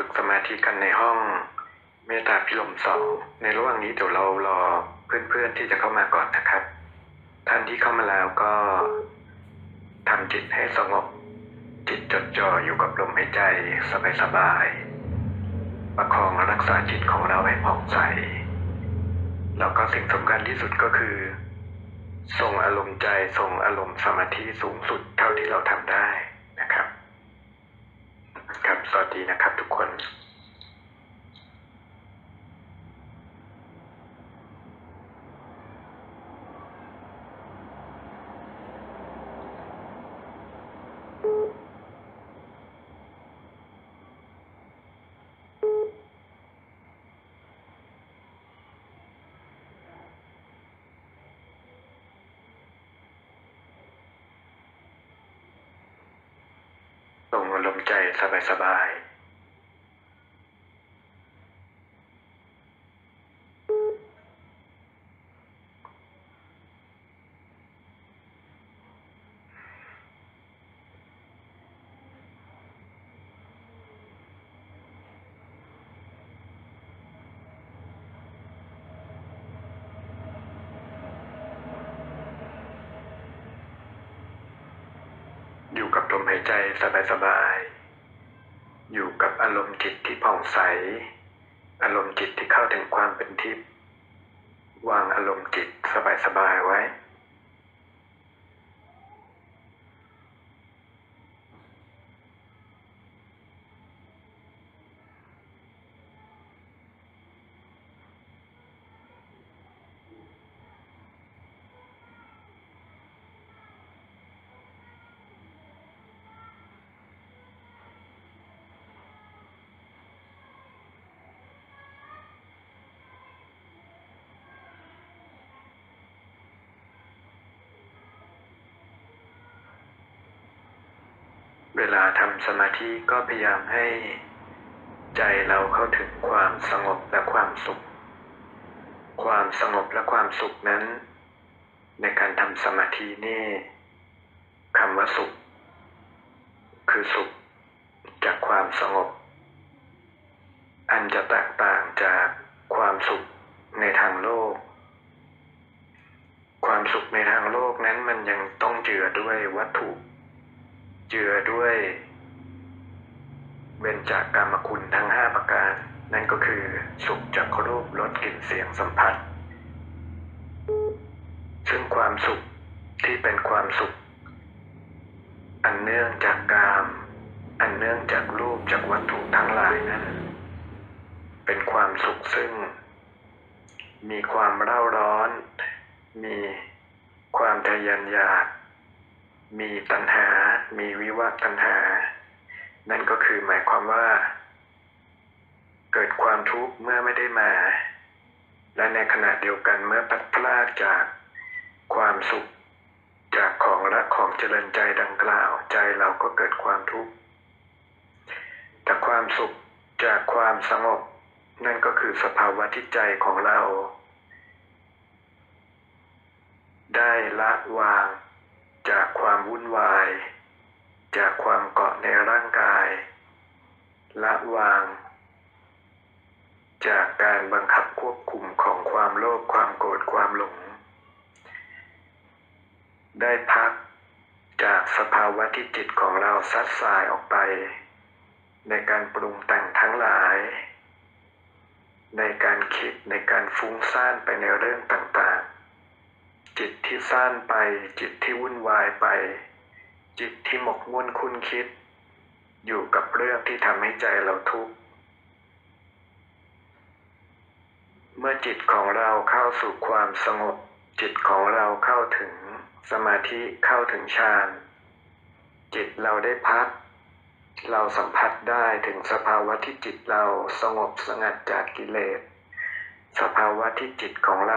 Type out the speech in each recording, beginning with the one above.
ฝึกสมาธิกันในห้องเมตตาพิรม2ในระหว่างนี้เดี๋ยวเรารอเพื่อนๆที่จะเข้ามาก่อนนะครับท่านที่เข้ามาแล้วก็ทำจิตให้สงบจิตจดจ่ออยู่กับลมหายใจสบายๆประคองรักษาจิตของเราให้ผ่องใสแล้วก็สิ่งสำคัญที่สุดก็คือส่งอารมณ์ใจส่งอารมณ์สมาธิสูงสุดเท่าที่เราทำได้นะครับครับสวัสดีนะครับทุกคนส่งอารมณ์ใจสบายๆอยู่กับลมหายใจสบายๆอยู่กับอารมณ์จิตที่ผ่องใสอารมณ์จิตที่เข้าถึงความเป็นทิพย์วางอารมณ์จิตสบายๆไว้เวลาทำสมาธิก็พยายามให้ใจเราเข้าถึงความสงบและความสุขความสงบและความสุขนั้นในการทำสมาธินี่คำว่าสุขคือสุขจากความสงบอันจะแตกต่างจากความสุขในทางโลกความสุขในทางโลกนั้นมันยังต้องเจือด้วยวัตถุเจือด้วยเบญจากามคุณทั้ง5ประการนั่นก็คือสุขจากรูปรสกลิ่นเสียงสัมผัสซึ่งความสุขที่เป็นความสุขอันเนื่องจากกามอันเนื่องจากรูปจากวัตถุทั้งหลายนั้นเป็นความสุขซึ่งมีความเร่าร้อนมีความทะยานอยากมีตัณหามีวิวาทตัณหานั่นก็คือหมายความว่าเกิดความทุกข์เมื่อไม่ได้มาและในขณะเดียวกันเมื่อพลัดพรากจากความสุขจากของรักของเจริญใจดังกล่าวใจเราก็เกิดความทุกข์แต่ความสุขจากความสงบนั่นก็คือสภาวะที่ใจของเราได้ละวางจากความวุ่นวายจากความเกาะในร่างกายละวางจากการบังคับควบคุมของความโลภความโกรธความหลงได้พักจากสภาวะที่จิตของเราซัดสายออกไปในการปรุงแต่งทั้งหลายในการคิดในการฟุ้งซ่านไปในเรื่องต่างๆจิตที่ซ่านไปจิตที่วุ่นวายไปจิตที่หมกมุ่นคุ้นคิดอยู่กับเรื่องที่ทำให้ใจเราทุกข์เมื่อจิตของเราเข้าสู่ความสงบจิตของเราเข้าถึงสมาธิเข้าถึงฌานจิตเราได้พักเราสัมผัสได้ถึงสภาวะที่จิตเราสงบสงัดจากกิเลสสภาวะที่จิตของเรา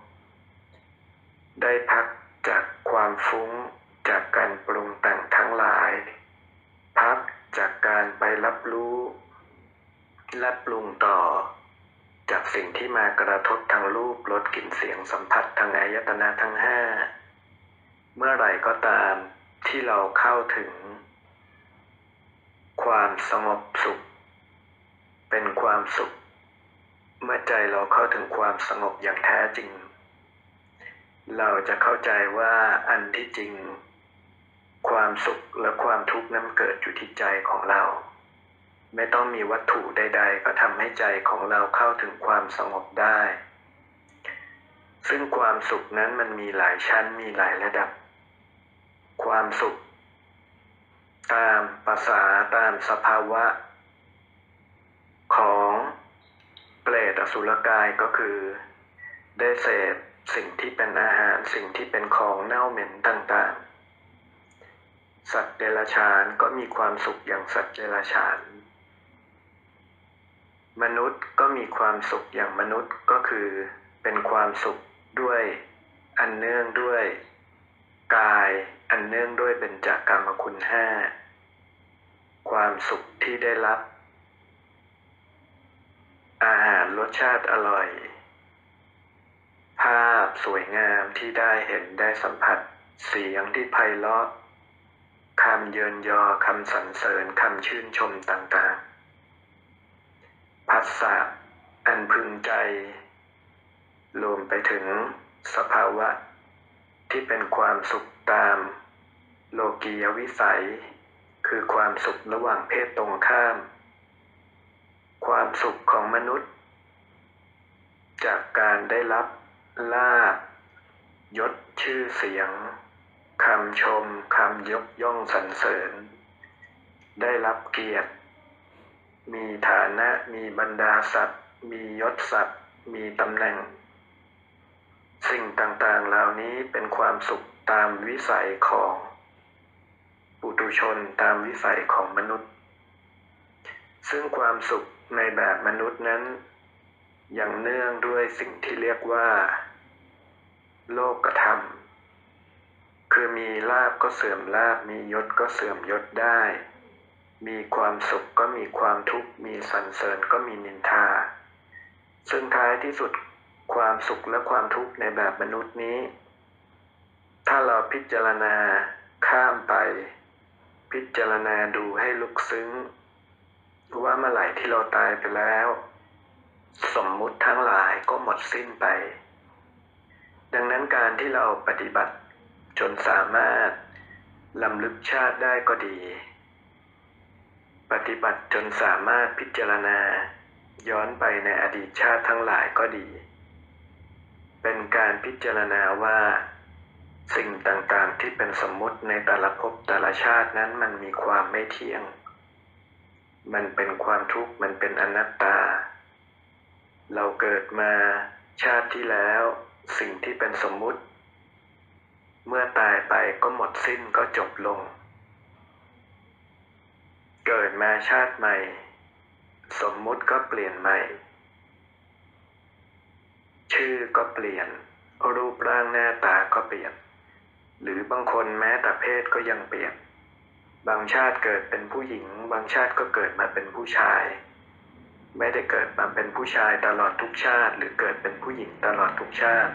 ได้พักจากความฟุ้งจากการปรุงแต่งทั้งหลายพักจากการไปรับรู้และปรุงต่อจากสิ่งที่มากระทบทางรูปรสกลิ่นเสียงสัมผัสทางอายตนะทั้ง5เมื่อไหร่ก็ตามที่เราเข้าถึงความสงบสุขความสุขเมื่อใจเราเข้าถึงความสงบอย่างแท้จริงเราจะเข้าใจว่าอันที่จริงความสุขและความทุกข์นั้นเกิดอยู่ที่ใจของเราไม่ต้องมีวัตถุใดๆก็ทำให้ใจของเราเข้าถึงความสงบได้ซึ่งความสุขนั้นมันมีหลายชั้นมีหลายระดับความสุขตามภาษาตามสภาวะของเปรตอสุรกายก็คือได้เสพสิ่งที่เป็นอาหารสิ่งที่เป็นของเน่าเหม็นต่างๆสัตว์เดรัจฉานก็มีความสุขอย่างสัตว์เดรัจฉานมนุษย์ก็มีความสุขอย่างมนุษย์ก็คือเป็นความสุขด้วยอันเนื่องด้วยกายอันเนื่องด้วยเบญจกามคุณห้าความสุขที่ได้รับอาหารรสชาติอร่อยภาพสวยงามที่ได้เห็นได้สัมผัสเสียงที่ไพเราะคำเยินยอคำสรรเสริญคำชื่นชมต่างๆผัสสะอันพึงใจรวมไปถึงสภาวะที่เป็นความสุขตามโลกียวิสัยคือความสุขระหว่างเพศตรงข้ามความสุขของมนุษย์จากการได้รับลาภยศชื่อเสียงคำชมคำยกย่องสรรเสริญได้รับเกียรติมีฐานะมีบรรดาศักดิ์มียศศักดิ์มีตำแหน่งสิ่งต่างๆเหล่านี้เป็นความสุขตามวิสัยของปุถุชนตามวิสัยของมนุษย์ซึ่งความสุขในแบบมนุษย์นั้นยังเนื่องด้วยสิ่งที่เรียกว่าโลกธรรมคือมีลาภก็เสื่อมลาภมียศก็เสื่อมยศได้มีความสุขก็มีความทุกข์มีสรรเสริญก็มีนินทาซึ่งท้ายที่สุดความสุขและความทุกข์ในแบบมนุษย์นี้ถ้าเราพิจารณาข้ามไปพิจารณาดูให้ลึกซึ้งว่าเมื่อไหร่ที่เราตายไปแล้วสมมุติทั้งหลายก็หมดสิ้นไปดังนั้นการที่เราปฏิบัติจนสามารถรำลึกชาติได้ก็ดีปฏิบัติจนสามารถพิจารณาย้อนไปในอดีตชาติทั้งหลายก็ดีเป็นการพิจารณาว่าสิ่งต่างๆที่เป็นสมมุติในแต่ละภพแต่ละชาตินั้นมันมีความไม่เที่ยงมันเป็นความทุกข์มันเป็นอนัตตาเราเกิดมาชาติที่แล้วสิ่งที่เป็นสมมุติเมื่อตายไปก็หมดสิ้นก็จบลงเกิดมาชาติใหม่สมมุติก็เปลี่ยนใหม่ชื่อก็เปลี่ยนรูปร่างหน้าตาก็เปลี่ยนหรือบางคนแม้แต่เพศก็ยังเปลี่ยนบางชาติเกิดเป็นผู้หญิงบางชาติก็เกิดมาเป็นผู้ชายไม่ได้เกิดมาเป็นผู้ชายตลอดทุกชาติหรือเกิดเป็นผู้หญิงตลอดทุกชาติ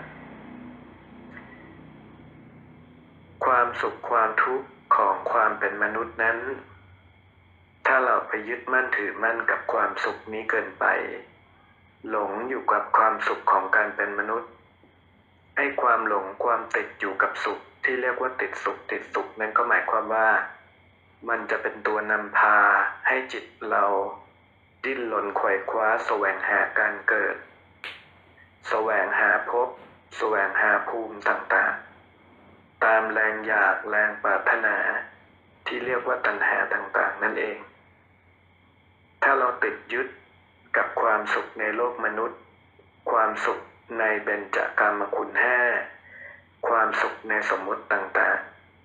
ความสุขความทุกข์ของความเป็นมนุษย์นั้นถ้าเราไปยึดมั่นถือมั่นกับความสุขนี้เกินไปหลงอยู่กับความสุขของการเป็นมนุษย์ให้ความหลงความติดอยู่กับสุขที่เรียกว่าติดสุขนั้นก็หมายความว่ามันจะเป็นตัวนำพาให้จิตเราดิ้นรนไขว่คว้าแสวงหาการเกิดแสวงหาภพแสวงหาภูมิต่างๆตามแรงอยากแรงปรารถนาที่เรียกว่าตัณหาต่างๆนั่นเองถ้าเราติดยึดกับความสุขในโลกมนุษย์ความสุขในเบญจกามคุณห้าความสุขในสมมุติต่าง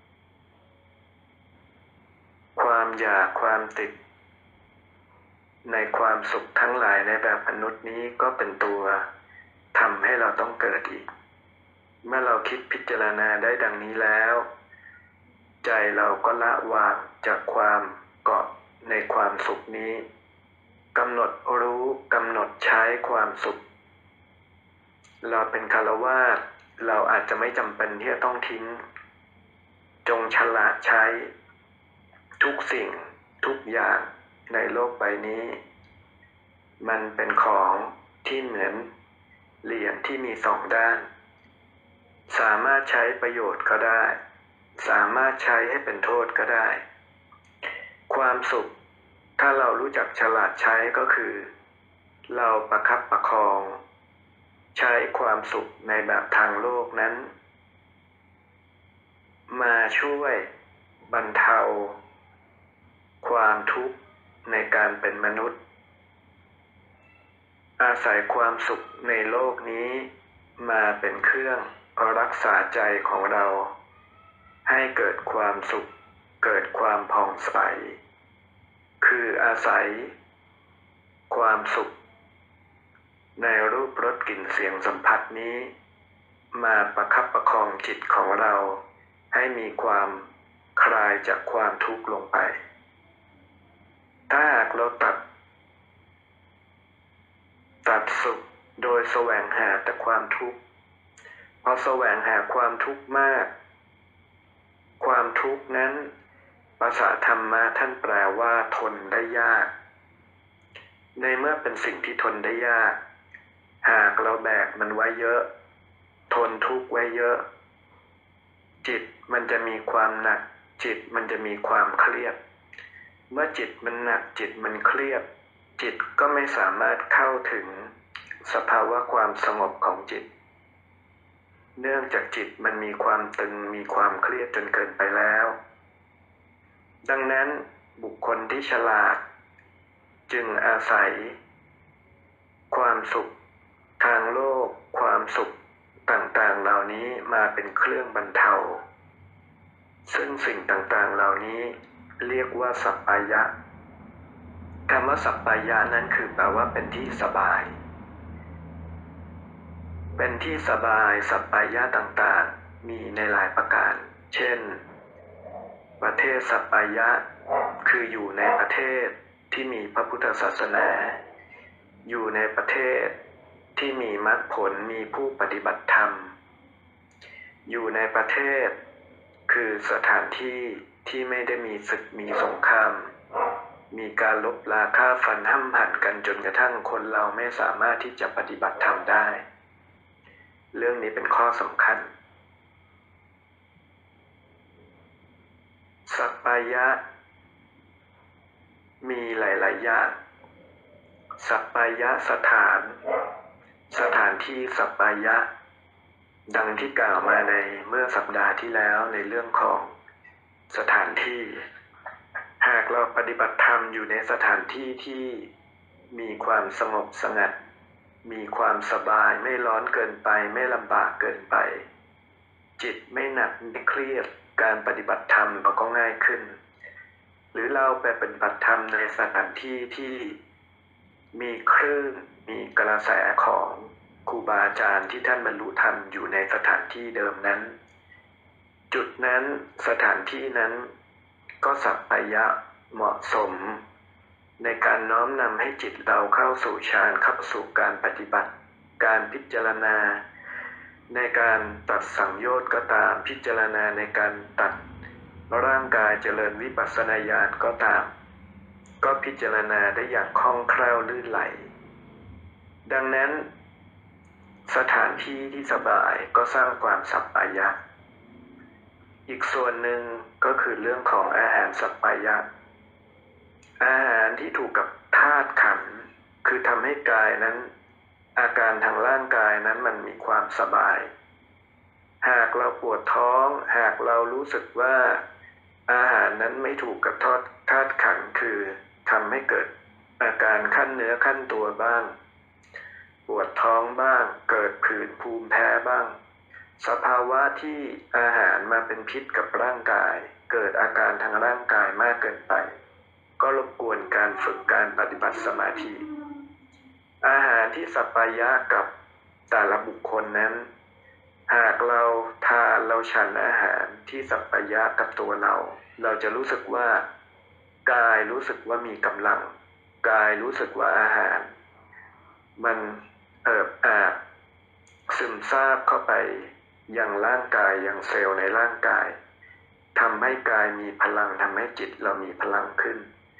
ๆความอยากความติดในความสุขทั้งหลายในแบบมนุษย์นี้ก็เป็นตัวทำให้เราต้องเกิดอีกเมื่อเราคิดพิจารณาได้ดังนี้แล้วใจเราก็ละวางจากความเกาะในความสุขนี้กำหนดรู้กำหนดใช้ความสุขเราเป็นฆราวาสเราอาจจะไม่จำเป็นที่จะต้องทิ้งจงฉลาดใช้ทุกสิ่งทุกอย่างในโลกใบนี้มันเป็นของที่เหมือนเหรียญที่มีสองด้านสามารถใช้ประโยชน์ก็ได้สามารถใช้ให้เป็นโทษก็ได้ความสุขถ้าเรารู้จักฉลาดใช้ก็คือเราประคับประคองใช้ความสุขในแบบทางโลกนั้นมาช่วยบรรเทาความทุกข์ในการเป็นมนุษย์อาศัยความสุขในโลกนี้มาเป็นเครื่องรักษาใจของเราให้เกิดความสุขเกิดความผ่องใสคืออาศัยความสุขในรูปรสกลิ่นเสียงสัมผัสนี้มาประคับประคองจิตของเราให้มีความคลายจากความทุกข์ลงไปถ้าหากเราตัดสุขโดยแสวงหาแต่ความทุกข์พอแสวงหาความทุกข์มากความทุกข์นั้นภาษาธรรมะท่านแปลว่าทนได้ยากในเมื่อเป็นสิ่งที่ทนได้ยากหากเราแบกมันไว้เยอะทนทุกข์ไว้เยอะจิตมันจะมีความหนักจิตมันจะมีความเครียดเมื่อจิตมันหนักจิตมันเครียดจิตก็ไม่สามารถเข้าถึงสภาวะความสงบของจิตเนื่องจากจิตมันมีความตึงมีความเครียดจนเกินไปแล้วดังนั้นบุคคลที่ฉลาดจึงอาศัยความสุขทางโลกความสุขต่างๆเหล่านี้มาเป็นเครื่องบรรเทาซึ่งสิ่งต่างๆเหล่านี้เรียกว่าสัปปายะคำว่าสัปปายะนั้นคือแปลว่าเป็นที่สบายเป็นที่สบายสัปปายะต่างๆมีในหลายประการเช่นประเทศสัปปายะคืออยู่ในประเทศที่มีพระพุทธศาสนาอยู่ในประเทศที่มีมรรคผลมีผู้ปฏิบัติธรรมอยู่ในประเทศคือสถานที่ที่ไม่ได้มีศึกมีสงครามมีการลบราฆ่าฟันห้ำหั่นกันจนกระทั่งคนเราไม่สามารถที่จะปฏิบัติธรรมได้เรื่องนี้เป็นข้อสำคัญสัปปายะมีหลายๆอย่างสัปปายะสถานที่สัปปายะดังที่กล่าวมาในเมื่อสัปดาห์ที่แล้วในเรื่องของสถานที่หากเราปฏิบัติธรรมอยู่ในสถานที่ที่มีความสงบสงัดมีความสบายไม่ร้อนเกินไปไม่ลำบากเกินไปจิตไม่หนักไม่เครียดการปฏิบัติธรรมก็ง่ายขึ้นหรือเราไปปฏิบัติธรรมในสถานที่ที่มีคลื่นมีกระแสของครูบาอาจารย์ที่ท่านบรรลุธรรมอยู่ในสถานที่เดิมนั้นจุดนั้นสถานที่นั้นก็สัปปายะเหมาะสมในการน้อมนำให้จิตเราเข้าสู่ฌานเข้าสู่การปฏิบัติการพิจารณาในการตัดสังโยชน์ก็ตามพิจารณาในการตัดร่างกายเจริญวิปัสสนาญาณก็ตามก็พิจารณาได้อย่างคล่องแคล่วลื่นไหลดังนั้นสถานที่ที่สบายก็สร้างความสัปปายะอีกส่วนหนึ่งก็คือเรื่องของอาหารสัปปายะอาหารที่ถูกกับธาตุขันธ์คือทำให้กายนั้นอาการทางร่างกายนั้นมันมีความสบายหากเราปวดท้องหากเรารู้สึกว่าอาหารนั้นไม่ถูกกับธาตุขันธ์คือทำให้เกิดอาการขั้นเนื้อขั้นตัวบ้างปวดท้องบ้างเกิดผื่นภูมิแพ้บ้างสภาวะที่อาหารมาเป็นพิษกับร่างกายเกิดอาการทางร่างกายมากเกินไปก็รบกวนการฝึกการปฏิบัติสมาธิอาหารที่สัปปายะกับแต่ละบุคคลนั้นหากเราทานเราฉันอาหารที่สัปปายะกับตัวเราจะรู้สึกว่ากายรู้สึกว่ามีกำลังกายรู้สึกว่าอาหารมันเอิบอาบซึมซาบเข้าไปยังร่างกายยังเซลล์ในร่างกายทำให้กายมีพลังทำให้จิตเรามีพลังขึ้น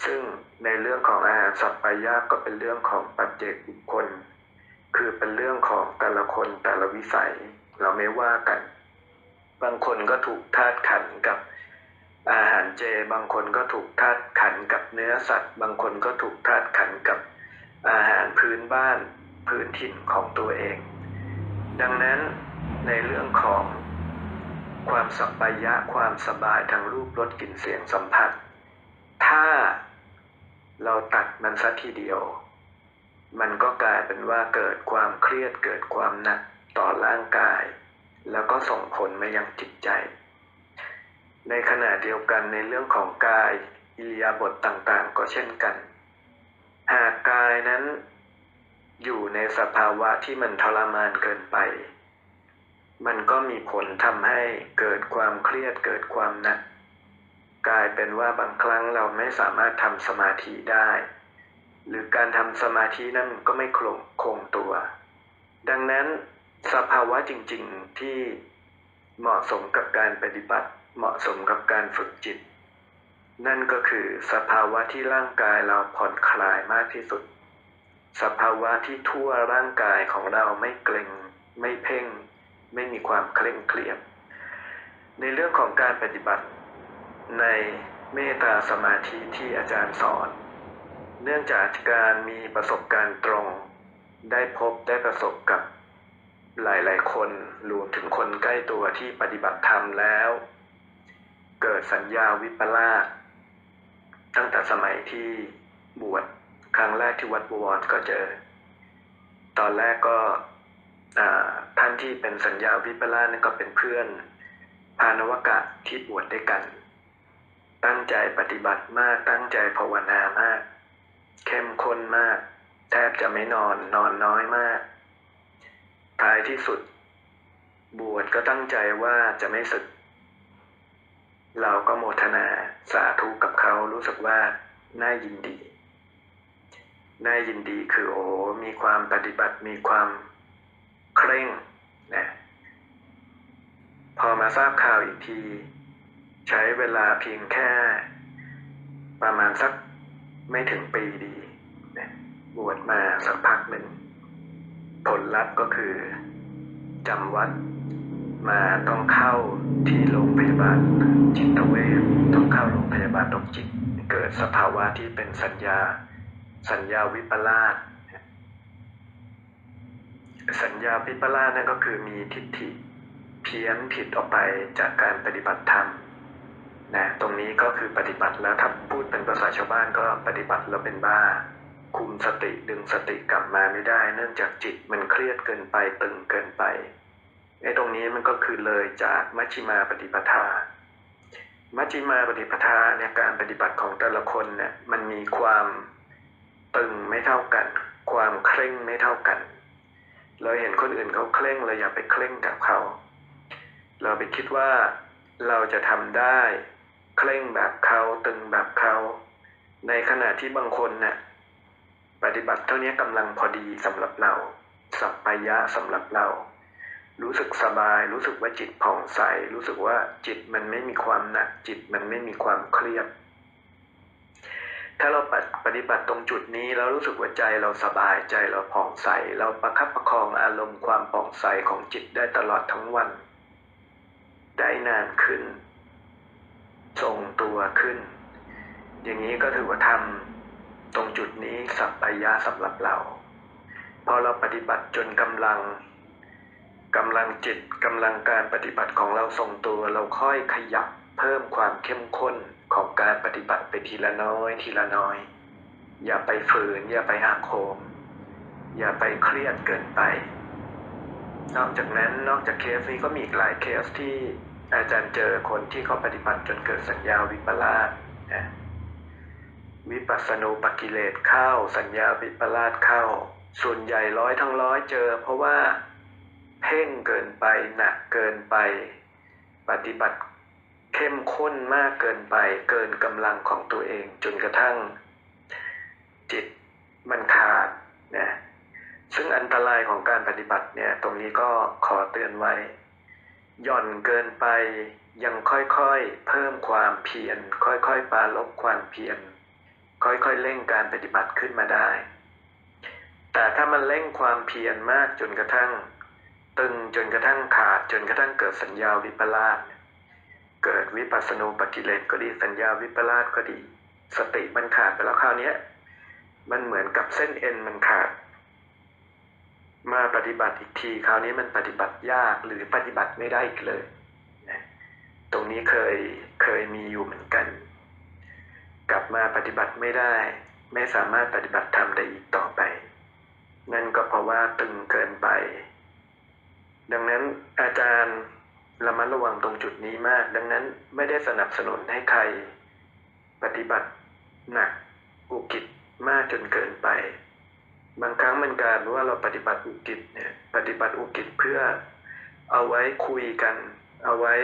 ซึ่งในเรื่องของอาหารสัพพายะก็เป็นเรื่องของปัจเจกบุคคลคือเป็นเรื่องของแต่ละคนแต่ละวิสัยเราไม่ว่ากันบางคนก็ถูกธาตุขันกับอาหารเจบางคนก็ถูกธาตุขันกับเนื้อสัตว์บางคนก็ถูกธาตุขันกับอาหารพื้นบ้านพื้นถิ่นของตัวเองดังนั้นในเรื่องของความสัพพายะความสบายทางรูปรสกลิ่นเสียงสัมผัสถ้าเราตัดมันซะทีเดียวมันก็กลายเป็นว่าเกิดความเครียดเกิดความหนักต่อร่างกายแล้วก็ส่งผลมายังจิตใจในขณะเดียวกันในเรื่องของกายอิริยาบถต่างๆก็เช่นกันหากกายนั้นอยู่ในสภาวะที่มันทรมานเกินไปมันก็มีผลทำให้เกิดความเครียดเกิดความหนักกลายเป็นว่าบางครั้งเราไม่สามารถทำสมาธิได้หรือการทำสมาธินั้นก็ไม่คงตัวดังนั้นสภาวะจริงๆที่เหมาะสมกับการปฏิบัติเหมาะสมกับการฝึกจิตนั่นก็คือสภาวะที่ร่างกายเราผ่อนคลายมากที่สุดสภาวะที่ทั่วร่างกายของเราไม่เกร็งไม่เพ่งไม่มีความเคร่งเครียดในเรื่องของการปฏิบัติในเมตตาสมาธิที่อาจารย์สอนเนื่องจากการมีประสบการณ์ตรงได้พบได้ประสบกับหลายๆคนรวมถึงคนใกล้ตัวที่ปฏิบัติธรรมแล้วเกิดสัญญาวิปลาสตั้งแต่สมัยที่บวชครั้งแรกที่วัดบวรก็เจอตอนแรกก็ท่านที่เป็นสัญญาวิปลาสนั่นก็เป็นเพื่อนพานวกะที่บวชด้วยกันตั้งใจปฏิบัติมากตั้งใจภาวนามากเข้มข้นมากแทบจะไม่นอนน้อยมากท้ายที่สุดบวชก็ตั้งใจว่าจะไม่สึกเราก็โมทนาสาธุกับเขารู้สึกว่าน่ายินดีคือโอ้มีความปฏิบัติมีความเคร่งนะพอมาทราบข่าวอีกทีใช้เวลาเพียงแค่ประมาณสักไม่ถึงปีดีนะบวชมาสักพักหนึ่งผลลัพธ์ก็คือจำวัดมาต้องเข้าที่โรงพยาบาลจิตเวชต้องเข้าโรงพยาบาลโรคจิตเกิดสภาวะที่เป็นสัญญาวิปลาสสัญญาวิปลาสนั่นก็คือมีทิฏฐิเพี้ยนผิดออกไปจากการปฏิบัติธรรมนะตรงนี้ก็คือปฏิบัติแล้วถ้าพูดเป็นภาษาชาวบ้านก็ปฏิบัติแล้วเป็นบ้าคุมสติดึงสติกลับมาไม่ได้เนื่องจากจิตมันเครียดเกินไปตึงเกินไปตรงนี้มันก็คือเลยจากมัชฌิมาปฏิปทามัชฌิมาปฏิปทาเนี่ยการปฏิบัติของแต่ละคนเนี่ยมันมีความตึงไม่เท่ากันความเคร่งไม่เท่ากันเราเห็นคนอื่นเขาเคร่งเราอย่าไปเคร่งกับเขาเราไปคิดว่าเราจะทำได้เคร่งแบบเขาตึงแบบเขาในขณะที่บางคนเนี่ยปฏิบัติเท่านี้กำลังพอดีสำหรับเราสัพพายะสำหรับเรารู้สึกสบายรู้สึกว่าจิตผ่องใสรู้สึกว่าจิตมันไม่มีความหนักจิตมันไม่มีความเครียดถ้าเราปฏิบัติตรงจุดนี้แล้วรู้สึกว่าใจเราสบายใจเราผ่องใสเราประคับประคองอารมณ์ความผ่องใสของจิตได้ตลอดทั้งวันได้นานขึ้นทรงตัวขึ้นอย่างนี้ก็ถือว่าทำตรงจุดนี้สัพพายะสำหรับเราพอเราปฏิบัติจนกำลังจิตกำลังการปฏิบัติของเราทรงตัวเราค่อยขยับเพิ่มความเข้มข้นของการปฏิบัติไปทีละน้อยอย่าไปฝืนอย่าไปหักโหมอย่าไปเครียดเกินไปนอกจากเคสนี้ก็มีอีกหลายเคสที่อาจารย์เจอคนที่เขาปฏิบัติจนเกิดสัญญาวิปลาสวิปัสสนูปกิเลสเข้าสัญญาวิปลาสเข้าส่วนใหญ่100 ทั้ง 100เจอเพราะว่าเพ่งเกินไปหนักเกินไปปฏิบัติเข้มข้นมากเกินไปเกินกำลังของตัวเองจนกระทั่งจิตมันขาดนะซึ่งอันตรายของการปฏิบัติเนี่ยตรงนี้ก็ขอเตือนไว้หย่อนเกินไปยังค่อยๆเพิ่มความเพียรค่อยๆปราลบความเพียรค่อยๆเร่งการปฏิบัติขึ้นมาได้แต่ถ้ามันเร่งความเพียรมากจนกระทั่งตึงจนกระทั่งขาดจนกระทั่งเกิดสัญญาวิปลาสเกิดวิปัสสนูปกิเลสก็ดีสัญญาวิปลาสก็ดีสติมันขาดไปแล้วคราวนี้มันเหมือนกับเส้นเอ็นมันขาดมาปฏิบัติอีกทีคราวนี้มันปฏิบัติยากหรือปฏิบัติไม่ได้อีกเลยตรงนี้เคยมีอยู่เหมือนกันกลับมาปฏิบัติไม่ได้ไม่สามารถปฏิบัติธรรมได้อีกต่อไปนั่นก็เพราะว่าตึงเกินไปดังนั้นอาจารย์ระมัดระวังตรงจุดนี้มากดังนั้นไม่ได้สนับสนุนให้ใครปฏิบัติหนักอุกิจมากจนเกินไปบางครั้งมันกลายเป็นว่าเราปฏิบัติอุกิจเนี่ยปฏิบัติอุกิจเพื่อเอาไว้คุยกันเอาไว้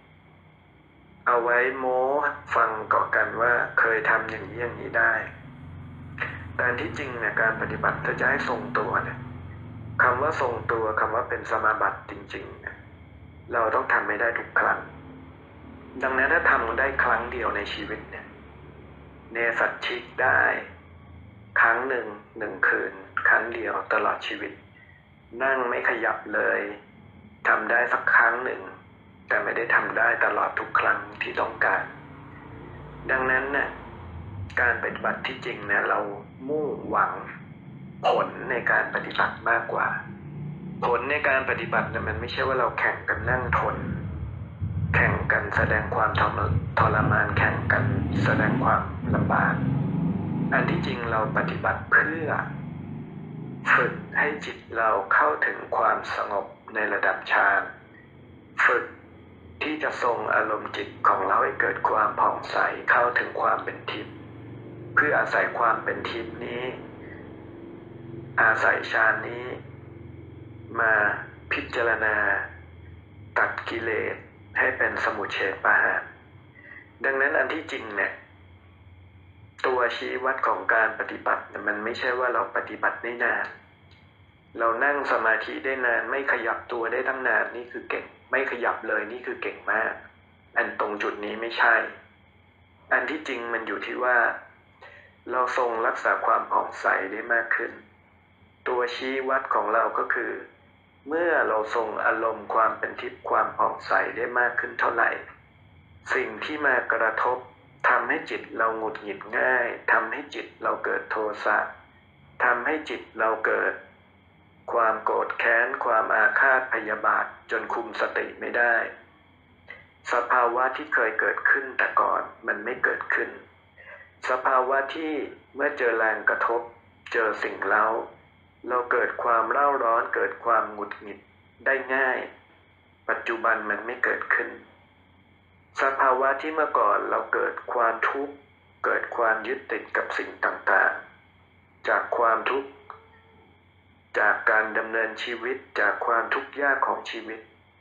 โม้ฟังก่อกันว่าเคยทำอย่างนี้อย่างนี้ได้แต่ที่จริงเนี่ยการปฏิบัติถ้าจะให้ทรงตัวเนี่ยคำว่าทรงตัวคำว่าเป็นสมาบัติจริงๆเนี่ยเราต้องทำไม่ได้ทุกครั้งดังนั้นถ้าทำได้ครั้งเดียวในชีวิตเนี่ยเนสัตชิกได้ครั้งหนึ่งคืนครั้งเดียวตลอดชีวิตนั่งไม่ขยับเลยทำได้สักครั้งหนึ่งแต่ไม่ได้ทำได้ตลอดทุกครั้งที่ต้องการดังนั้นเนี่ยการปฏิบัติที่จริงเนี่ยเรามุ่งหวังผลในการปฏิบัติมากกว่าผลในการปฏิบัติเนี่ยมันไม่ใช่ว่าเราแข่งกันนั่งทนแข่งกันแสดงความทรมานแข่งกันแสดงความลำบากอันที่จริงเราปฏิบัติเพื่อฝึกให้จิตเราเข้าถึงความสงบในระดับฌานฝึกที่จะทรงอารมณ์จิตของเราให้เกิดความผ่องใสเข้าถึงความเป็นทิพย์เพื่ออาศัยความเป็นทิพย์นี้อาศัยฌานนี้มาพิจารณาตัดกิเลสให้เป็นสมุจเฉทปหานดังนั้นอันที่จริงเนี่ยตัวชี้วัดของการปฏิบัติมันไม่ใช่ว่าเราปฏิบัติได้นานเรานั่งสมาธิได้นานไม่ขยับตัวได้ตั้งนานนี่คือเก่งไม่ขยับเลยนี่คือเก่งมากอันตรงจุดนี้ไม่ใช่อันที่จริงมันอยู่ที่ว่าเราทรงรักษาความผ่องใสได้มากขึ้นตัวชี้วัดของเราก็คือเมื่อเราทรงอารมณ์ความเป็นทิพย์ความผ่องใสได้มากขึ้นเท่าไหร่สิ่งที่มากระทบทำให้จิตเราหงุดหงิดง่ายทำให้จิตเราเกิดโทสะทำให้จิตเราเกิดความโกรธแค้นความอาฆาตพยาบาทจนคุมสติไม่ได้สภาวะที่เคยเกิดขึ้นแต่ก่อนมันไม่เกิดขึ้นสภาวะที่เมื่อเจอแรงกระทบเจอสิ่งเร้าเราเกิดความเร่าร้อนเกิดความหงุดหงิดได้ง่ายปัจจุบันมันไม่เกิดขึ้นสภาวะที่เมื่อก่อนเราเกิดความทุกข์เกิดความยึดติดกับสิ่งต่างๆจากความทุกข์จากการดำเนินชีวิตจากความทุกข์ยากของชีวิต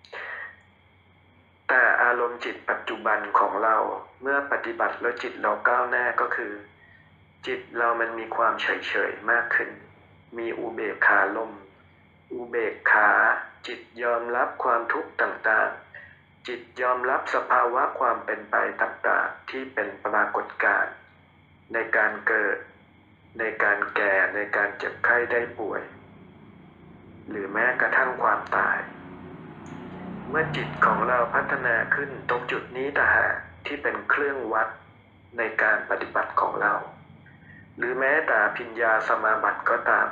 แต่อารมณ์จิตปัจจุบันของเราเมื่อปฏิบัติแล้วจิตเราก้าวหน้าก็คือจิตเรามันมีความเฉยๆมากขึ้นมีอุเบกขาลมอุเบกขาจิตยอมรับความทุกข์ต่างๆจิตยอมรับสภาวะความเป็นไปต่างๆที่เป็นปรากฏการณ์ในการเกิดในการแก่ในการเจ็บไข้ได้ป่วยหรือแม้กระทั่งความตายเมื่อจิตของเราพัฒนาขึ้นตรงจุดนี้ต่างหากที่เป็นเครื่องวัดในการปฏิบัติของเราหรือแม้แต่ภิญญาสมาบัติก็ตาม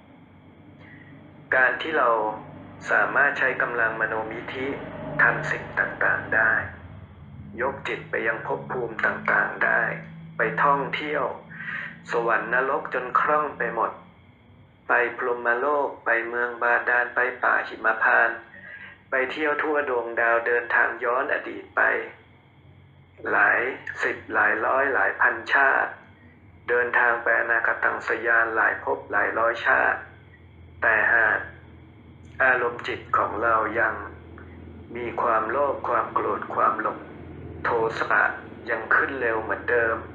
การที่เราสามารถใช้กำลังมโนมิธิทำสิ่งต่างๆได้ยกจิตไปยังภพภูมิต่างๆได้ไปท่องเที่ยวสวรรค์นรกจนคล่องไปหมดไปพรหมโลกไปเมืองบาดาลไปป่าหิมพานต์ไปเที่ยวทั่วดวงดาวเดินทางย้อนอดีตไปหลายสิบหลายร้อยหลายพันชาติเดินทางไปอนาคตังสยานหลายภพหลายร้อยชาติแต่หากอารมณ์จิตของเรายังมีความโลภความโกรธความหลงโทสะยังขึ้นเร็วเหมือนเดิม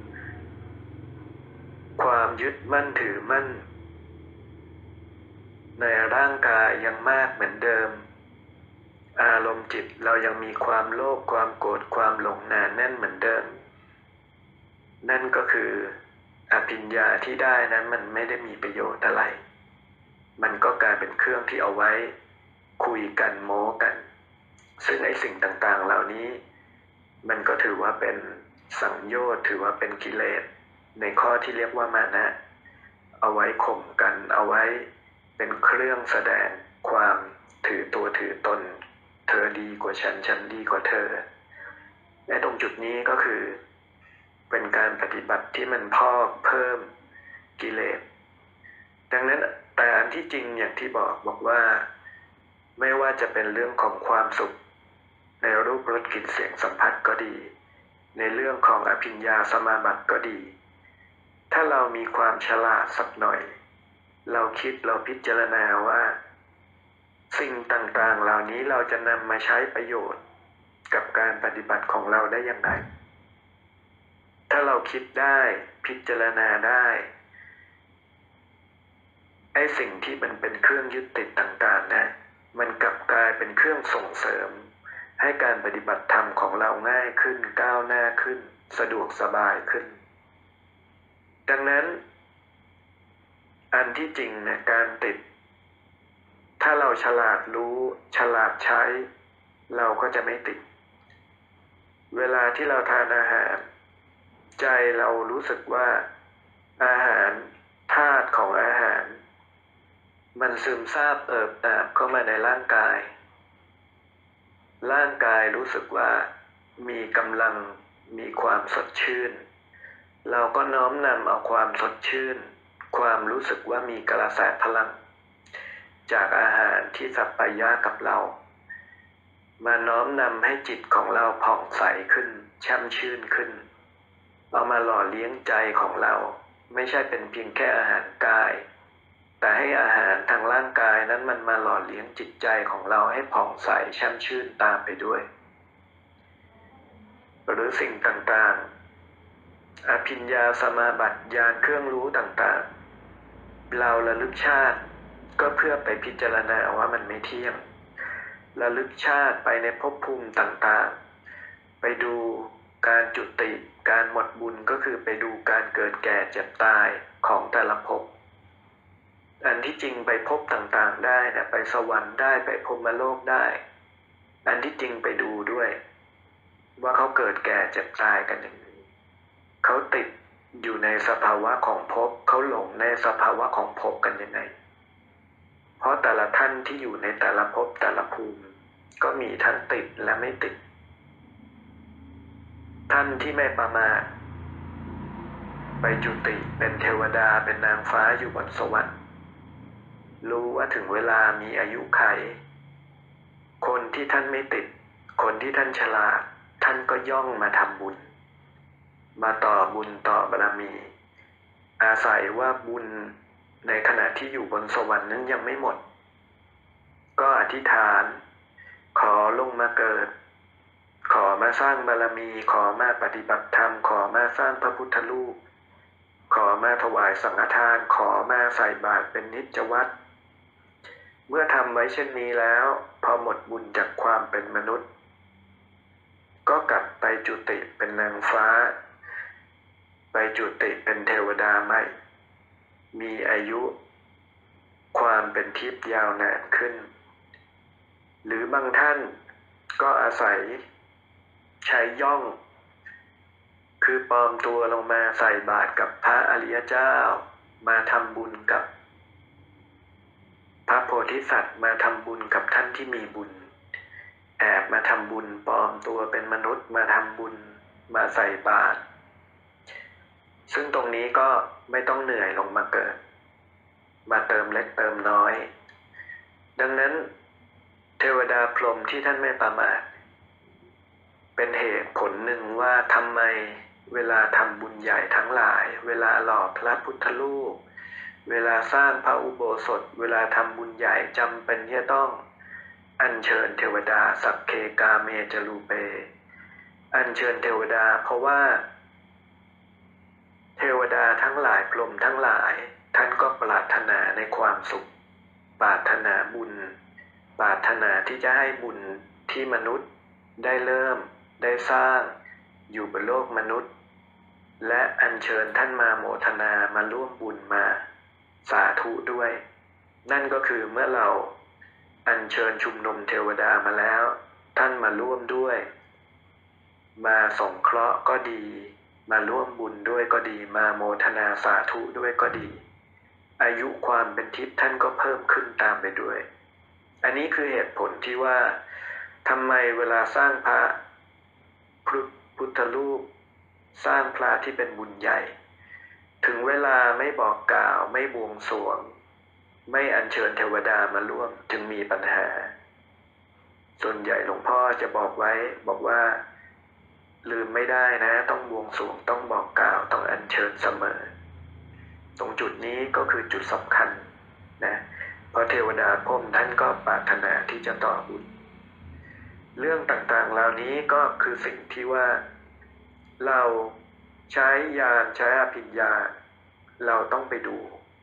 ความยึดมั่นถือมั่นในร่างกายยังมากเหมือนเดิมอารมณ์จิตเรายังมีความโลภความโกรธความหลงหนาแน่นเหมือนเดิมนั่นก็คืออภิญญาที่ได้นั้นมันไม่ได้มีประโยชน์อะไรมันก็กลายเป็นเครื่องที่เอาไว้คุยกันโม้กันซึ่งไอ้สิ่งต่างๆเหล่านี้มันก็ถือว่าเป็นสังโยชน์ถือว่าเป็นกิเลสในข้อที่เรียกว่ามานะเอาไว้ข่มกันเอาไว้เป็นเครื่องแสดงความถือตัวถือตนเธอดีกว่าฉันฉันดีกว่าเธอและตรงจุดนี้ก็คือเป็นการปฏิบัติที่มันพอกเพิ่มกิเลสดังนั้นแต่อันที่จริงอย่างที่บอกว่าไม่ว่าจะเป็นเรื่องของความสุขในรูปรสกลิ่นเสียงสัมผัสก็ดีในเรื่องของอภิญญาสมาบัติก็ดีถ้าเรามีความฉลาดสักหน่อยเราคิดเราพิจารณาว่าสิ่งต่างๆเหล่านี้เราจะนำมาใช้ประโยชน์กับการปฏิบัติของเราได้อย่างไรถ้าเราคิดได้พิจารณาได้ไอ้สิ่งที่มันเป็นเครื่องยึดติดต่างๆนะมันกลับกลายเป็นเครื่องส่งเสริมให้การปฏิบัติธรรมของเราง่ายขึ้นก้าวหน้าขึ้นสะดวกสบายขึ้นดังนั้นอันที่จริงเนี่ยการติดถ้าเราฉลาดรู้ฉลาดใช้เราก็จะไม่ติดเวลาที่เราทานอาหารใจเรารู้สึกว่าอาหารธาตุของอาหารมันซึมซาบเอิบอาบเข้ามาในร่างกายรู้สึกว่ามีกำลังมีความสดชื่นเราก็น้อมนำเอาความสดชื่นความรู้สึกว่ามีกระแสพลังจากอาหารที่สัปปายะกับเรามาน้อมนำให้จิตของเราผ่องใสขึ้นช่ำชื่นขึ้นเอามาหล่อเลี้ยงใจของเราไม่ใช่เป็นเพียงแค่อาหารกายแต่ให้อาหารทางร่างกายนั้นมันมาหล่อเลี้ยงจิตใจของเราให้ผ่องใสช่ำชื่นตามไปด้วยหรือสิ่งต่างๆอภิญญาสมาบัติญาณเครื่องรู้ต่างๆเราระลึกชาติก็เพื่อไปพิจารณาว่ามันไม่เที่ยงระลึกชาติไปในภพภูมิต่างๆไปดูการจุติการหมดบุญก็คือไปดูการเกิดแก่เจ็บตายของแต่ละภพอันที่จริงไปภพต่างๆได้นะไปสวรรค์ได้ไปพรหมโลกได้อันที่จริงไปดูด้วยว่าเขาเกิดแก่เจ็บตายกันอย่างนี้เขาติดอยู่ในสภาวะของภพเขาหลงในสภาวะของภพกันยังไงเพราะแต่ละท่านที่อยู่ในแต่ละภพแต่ละภูมิก็มีทั้งติดและไม่ติดท่านที่ไม่ประมาทไปจุติเป็นเทวดาเป็นนางฟ้าอยู่บนสวรรค์รู้ว่าถึงเวลามีอายุขัยคนที่ท่านไม่ติดคนที่ท่านฉลาดท่านก็ย่องมาทำบุญมาต่อบุญต่อบารมีอาศัยว่าบุญในขณะที่อยู่บนสวรรค์นั้นยังไม่หมดก็อธิษฐานขอลงมาเกิดขอมาสร้างบารมีขอมาปฏิบัติธรรมขอมาสร้างพระพุทธรูปขอมาถวายสังฆทานขอมาใส่บาตรเป็นนิจวัตรเมื่อทำไว้เช่นนี้แล้วพอหมดบุญจากความเป็นมนุษย์ก็กลับไปจุติเป็นนางฟ้าไปจุติเป็นเทวดาใหม่มีอายุความเป็นทิพย์ยาวนานขึ้นหรือบางท่านก็อาศัยใช้ย่องคือปลอมตัวลงมาใส่บาตรกับพระอริยเจ้ามาทำบุญกับพระโพธิสัตว์มาทำบุญกับท่านที่มีบุญแอบมาทำบุญปลอมตัวเป็นมนุษย์มาทำบุญมาใส่บาตรซึ่งตรงนี้ก็ไม่ต้องเหนื่อยลงมาเกิดมาเติมเล็กเติมน้อยดังนั้นเทวดาพรหมที่ท่านไม่ประมาทเป็นเหตุผลหนึ่งว่าทำไมเวลาทำบุญใหญ่ทั้งหลายเวลาหล่อพระพุทธรูปเวลาสร้างพระอุโบสถเวลาทำบุญใหญ่จำเป็นที่จะต้องอัญเชิญเทวดาสัพเพกาเมจรูเปอัญเชิญเทวดาเพราะว่าเทวดาทั้งหลายพรหมทั้งหลายท่านก็ปรารถนาในความสุขปรารถนาบุญปรารถนาที่จะให้บุญที่มนุษย์ได้เริ่มได้สร้างอยู่บนโลกมนุษย์และอัญเชิญท่านมาโมทนามาร่วมบุญมาสาธุด้วย นั่นก็คือเมื่อเราอัญเชิญชุมนุมเทวดามาแล้วท่านมาร่วมด้วยมาสงเคราะห์ก็ดีมาร่วมบุญด้วยก็ดีมาโมทนาสาธุด้วยก็ดีอายุความเป็นทิพย์ท่านก็เพิ่มขึ้นตามไปด้วยอันนี้คือเหตุผลที่ว่าทำไมเวลาสร้างพระพุทธรูปสร้างพระที่เป็นบุญใหญ่ถึงเวลาไม่บอกกล่าวไม่บวงสรวงไม่อัญเชิญเทวดามาร่วมจึงมีปัญหาส่วนใหญ่หลวงพ่อจะบอกไว้บอกว่าลืมไม่ได้นะต้องบวงสรวงต้องบอกกล่าวต้องอัญเชิญเสมอตรงจุดนี้ก็คือจุดสำคัญนะเพราะเทวดาพรหมท่านก็ปรารถนาที่จะต่อบุญเรื่องต่างๆเหล่านี้ก็คือสิ่งที่ว่าเราใช้ญาณใช้อภิญญาเราต้องไปดู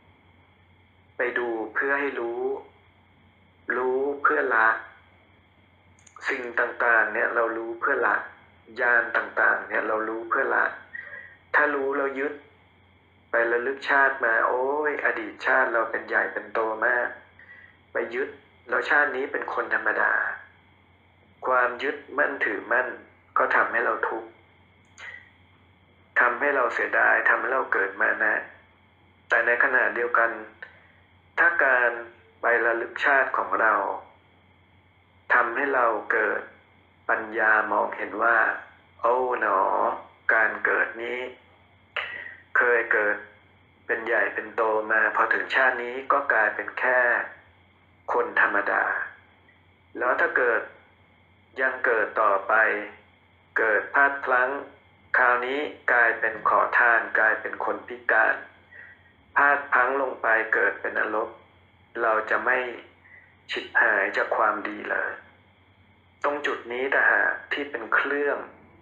เพื่อให้รู้เพื่อละสิ่งต่างๆเนี่ยเรารู้เพื่อละญาณต่างๆเนี่ยเรารู้เพื่อละถ้ารู้เรายึดไประลึกชาติมาโอ้ยอดีตชาติเราเป็นใหญ่เป็นโตมากไปยึดแล้วชาตินี้เป็นคนธรรมดาความยึดมั่นถือมั่นก็ทำให้เราทุกข์ทำให้เราเสียดายทำให้เราเกิดมานะแต่ในขณะเดียวกันถ้าการไประลึกชาติของเราทำให้เราเกิดปัญญามองเห็นว่าโอ้หนอการเกิดนี้เคยเกิดเป็นใหญ่เป็นโตมาพอถึงชาตินี้ก็กลายเป็นแค่คนธรรมดาแล้วถ้าเกิดยังเกิดต่อไปเกิดพลาดพลั้งคราวนี้กลายเป็นขอทานกลายเป็นคนพิการพลาดพลั้งลงไปเกิดเป็นนรกเราจะไม่ฉิบหายจากความดีเลยตรงจุดนี้ต่างหากที่เป็นเครื่อง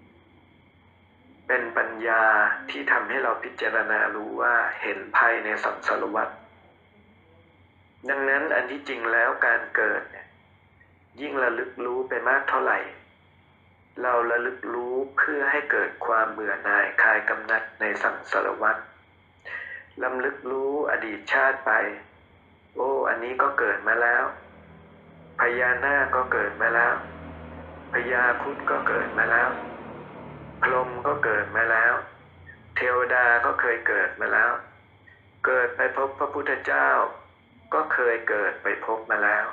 เป็นปัญญาที่ทำให้เราพิจารณารู้ว่าเห็นภัยในสังสารวัฏดังนั้นอันที่จริงแล้วการเกิดเนี่ยยิ่งระลึกรู้ไปมากเท่าไหร่เราระลึกรู้เพื่อให้เกิดความเบื่อหน่ายคลายกำหนัดในสังสารวัฏรำลึกรู้อดีตชาติไปโอ้อันนี้ก็เกิดมาแล้วพญานาคก็เกิดมาแล้วพญาครุฑก็เกิดมาแล้วพรหมก็เกิดมาแล้วเทวดาก็เคยเกิดมาแล้วเกิดไปพบพระพุทธเจ้าก็เคยเกิดไปพบมาแล้ว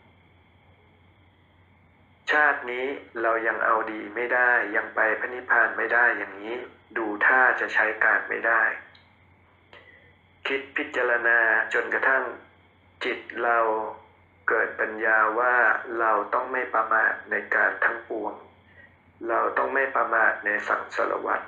ชาตินี้เรายังเอาดีไม่ได้ยังไปพระนิพพานไม่ได้อย่างนี้ดูท่าจะใช้การไม่ได้คิดพิจารณาจนกระทั่งจิตเราเกิดปัญญาว่าเราต้องไม่ประมาทในการทั้งปวงเราต้องไม่ประมาทในสังสารวัฏ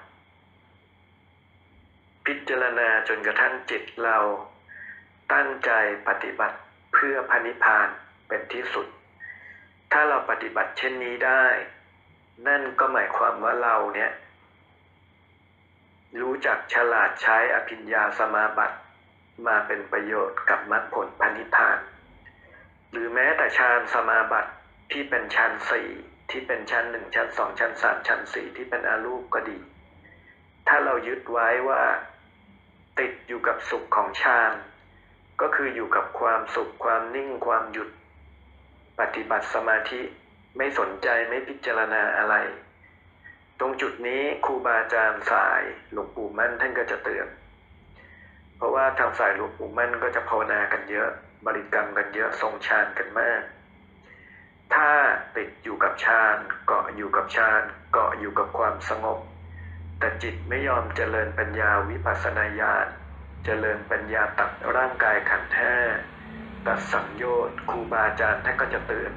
พิจารณาจนกระทั่งจิตเราตั้งใจปฏิบัติเพื่อพระนิพพานเป็นที่สุดถ้าเราปฏิบัติเช่นนี้ได้นั่นก็หมายความว่าเราเนี่ยรู้จักฉลาดใช้อภิญญาสมาบัติมาเป็นประโยชน์กับมรรคผลพระนิพพานหรือแม้แต่ฌานสมาบัติที่เป็นฌานสี่ที่เป็นชั้นหนึ่งชั้นสองชั้นสามชั้นสี่ที่เป็นอารูปก็ดีถ้าเรายึดไว้ว่าติดอยู่กับสุขของฌานก็คืออยู่กับความสุขความนิ่งความหยุดปฏิบัติสมาธิไม่สนใจไม่พิจารณาอะไรตรงจุดนี้ครูบาอาจารย์สายหลวงปู่มั่นท่านก็จะเตือนเพราะว่าทางสายหลวงปู่มั่นก็จะภาวนากันเยอะบริกรรมกันเยอะทรงฌานกันมากถ้าติดอยู่กับฌานเกาะอยู่กับฌานเกาะอยู่กับความสงบแต่จิตไม่ยอมเจริญปัญญาวิปัสสนาญาณเจริญปัญญาตัดร่างกายขันธ์ห้าตัดสังโยชน์ครูบาอาจารย์ท่านก็จะเตือน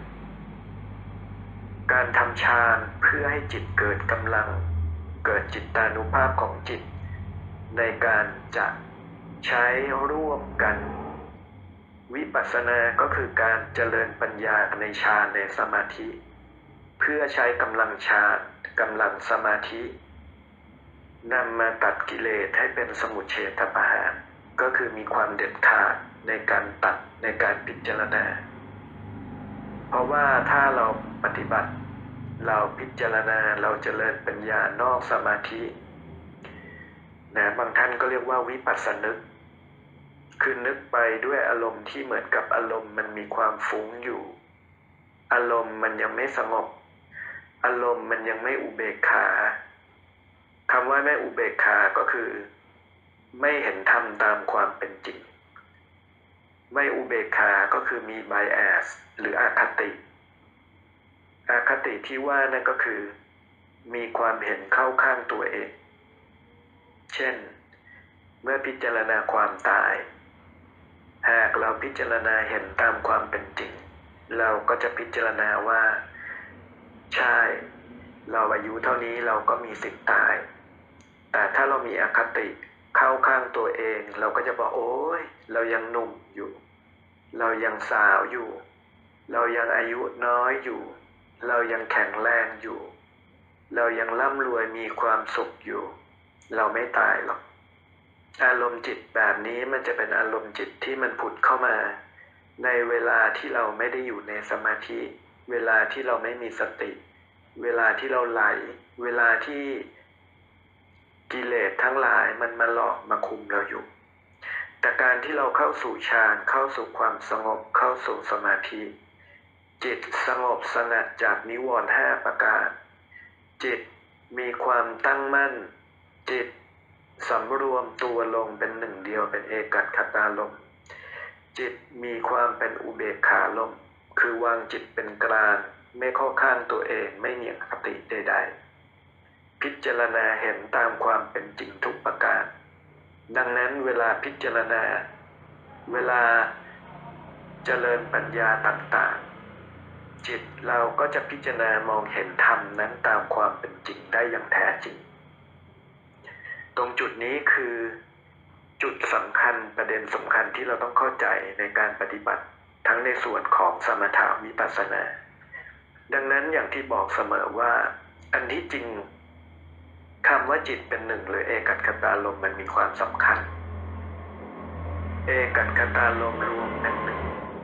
การทำฌานเพื่อให้จิตเกิดกำลังเกิดจิตตานุภาพของจิตในการจะใช้ร่วมกันวิปัสสนาก็คือการเจริญปัญญาในฌานในสมาธิเพื่อใช้กำลังฌานกำลังสมาธินำมาตัดกิเลสให้เป็นสมุจเฉทประหารก็คือมีความเด็ดขาดในการตัดในการพิจารณาเพราะว่าถ้าเราปฏิบัติเราพิจารณาเราเจริญปัญญานอกสมาธินะบางท่านก็เรียกว่าวิปัสสนึกคือนึกไปด้วยอารมณ์ที่เหมือนกับอารมณ์มันมีความฟุ้งอยู่อารมณ์มันยังไม่สงบอารมณ์มันยังไม่อุเบกขาคำว่าไม่อุเบกขาก็คือไม่เห็นธรรมตามความเป็นจริงไม่อุเบกขาก็คือมีไบแอสหรืออคติที่ว่านั่นก็คือมีความเห็นเข้าข้างตัวเองเช่นเมื่อพิจารณาความตายหากเราพิจารณาเห็นตามความเป็นจริงเราก็จะพิจารณาว่าใช่เราอายุเท่านี้เราก็มีสิทธิ์ตายแต่ถ้าเรามีอคติเข้าข้างตัวเองเราก็จะบอกโอ้ยเรายังหนุ่มอยู่เรายังสาวอยู่เรายังอายุน้อยอยู่เรายังแข็งแรงอยู่เรายังร่ำรวยมีความสุขอยู่เราไม่ตายหรอกอารมณ์จิตแบบนี้มันจะเป็นอารมณ์จิตที่มันผุดเข้ามาในเวลาที่เราไม่ได้อยู่ในสมาธิเวลาที่เราไม่มีสติเวลาที่เราไหลเวลาที่กิเลสทั้งหลายมันมาหลอกมาคุมเราอยู่แต่การที่เราเข้าสู่ฌานเข้าสู่ความสงบเข้าสู่สมาธิจิตสงบสงัดจากนิวรณ์5ประการจิตมีความตั้งมั่นจิตสำรวมตัวลงเป็นหนึ่งเดียวเป็นเอกัคคตารมณ์จิตมีความเป็นอุเบกขาลมคือวางจิตเป็นกลางไม่เข้าข้างตัวเองไม่มีอคติใดๆพิจารณาเห็นตามความเป็นจริงทุกประการดังนั้นเวลาพิจารณาเวลาเจริญปัญญาต่างๆจิตเราก็จะพิจารณามองเห็นธรรมนั้นตามความเป็นจริงได้อย่างแท้จริงตรงจุดนี้คือจุดสำคัญประเด็นสำคัญที่เราต้องเข้าใจในการปฏิบัติทั้งในส่วนของสมถะวิปัสสนาดังนั้นอย่างที่บอกเสมอว่าอันที่จริงคำว่าจิตเป็นหนึ่งหรือเอกัคคตารมณ์มันมีความสำคัญเอกัคคตารมณ์รวมเป็นหนึ่ง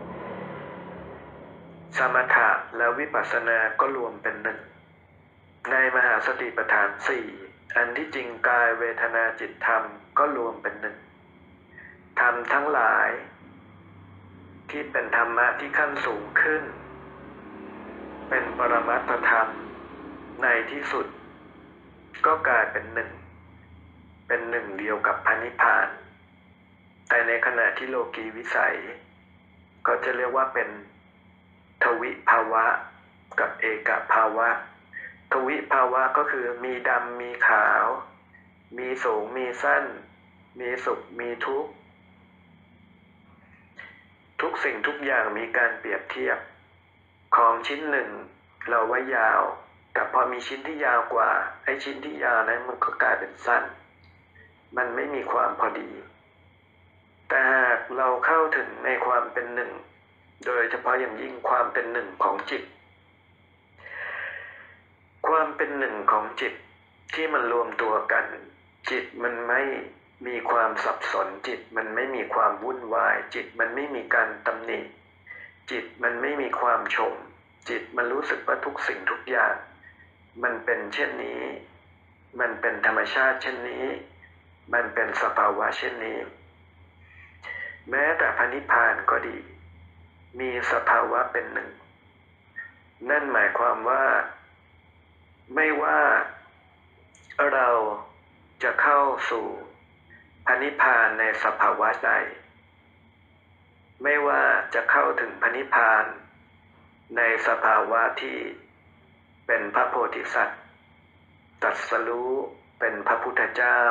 สมถะและวิปัสสนาก็รวมเป็นหนึ่งในมหาสติปัฏฐาน4อันที่จริงกายเวทนาจิตธรรมก็รวมเป็นหนึ่งธรรมทั้งหลายที่เป็นธรรมะที่ขั้นสูงขึ้นเป็นปรมัตถธรรมในที่สุดก็กลายเป็นหนึ่งเดียวกับพระนิพพานแต่ในขณะที่โลกีวิสัยก็จะเรียกว่าเป็นทวิภาวะกับเอกภาวะทวิภาวะก็คือมีดำมีขาวมีสูงมีสั้นมีสุขมีทุกข์ทุกสิ่งทุกอย่างมีการเปรียบเทียบของชิ้นหนึ่งเราว่ายาวแต่พอมีชิ้นที่ยาวกว่าไอ้ชิ้นที่ยาวนั้นมันก็กลายเป็นสั้นมันไม่มีความพอดีแต่หากเราเข้าถึงในความเป็นหนึ่งโดยเฉพาะอย่างยิ่งความเป็นหนึ่งของจิตความเป็นหนึ่งของจิตที่มันรวมตัวกันจิตมันไม่มีความสับสนจิตมันไม่มีความวุ่นวายจิตมันไม่มีการตำหนิจิตมันไม่มีความชมจิตมันรู้สึกว่าทุกสิ่งทุกอย่างมันเป็นเช่นนี้มันเป็นธรรมชาติเช่นนี้มันเป็นสภาวะเช่นนี้แม้แต่พระนิพพานก็ดีมีสภาวะเป็นหนึ่งนั่นหมายความว่าไม่ว่าเราจะเข้าสู่พระนิพพานในสภาวะใดไม่ว่าจะเข้าถึงพระนิพพานในสภาวะที่เป็นพระโพธิสัตว์ตรัสรู้เป็นพระพุทธเจ้า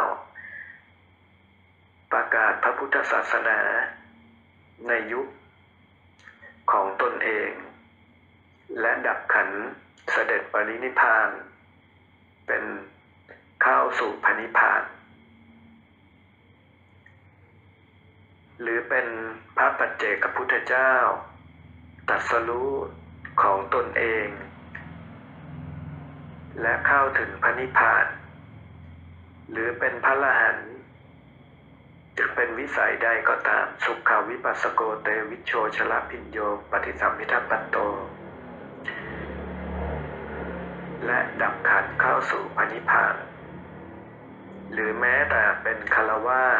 ประกาศพระพุทธศาสนาในยุคของตนเองและดับขันธ์เสด็จปรินิพพานเป็นเข้าสู่พระนิพพานหรือเป็นพระปัจเจกพุทธเจ้าตรัสรู้ของตนเองและเข้าถึงพระนิพพานหรือเป็นพระอรหันต์จะเป็นวิสัยใดก็ตามสุขวิปัสสโกเตวิชโชชลพิญโยปฏิสัมภิทัปปัตโตและดับขันธ์เข้าสู่พระนิพพานหรือแม้แต่เป็นฆราวาส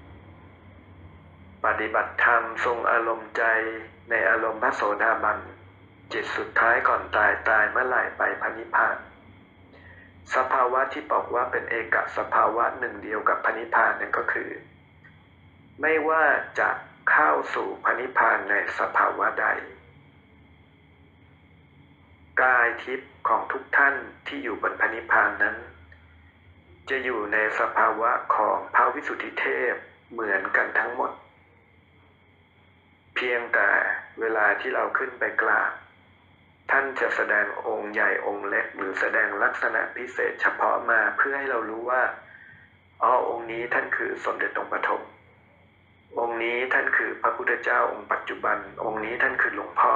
ปฏิบัติธรรมทรงอารมณ์ใจในอารมณ์พระโสดาบันจิตสุดท้ายก่อนตายเมื่อไหร่ไปพระนิพพานสภาวะที่บอกว่าเป็นเอกสภาวะหนึ่งเดียวกับพระนิพพานนั่นก็คือไม่ว่าจะเข้าสู่พระนิพพานในสภาวะใดกายทิพย์ของทุกท่านที่อยู่บนพระนิพพานนั้นจะอยู่ในสภาวะของพระวิสุทธิเทพเหมือนกันทั้งหมดเพียงแต่เวลาที่เราขึ้นไปกราบท่านจะแสดงองค์ใหญ่องค์เล็กหรือแสดงลักษณะพิเศษเฉพาะมาเพื่อให้เรารู้ว่าองค์นี้ท่านคือสมเด็จองค์ปฐมองค์นี้ท่านคือพระพุทธเจ้าองค์ปัจจุบันองค์นี้ท่านคือหลวงพ่อ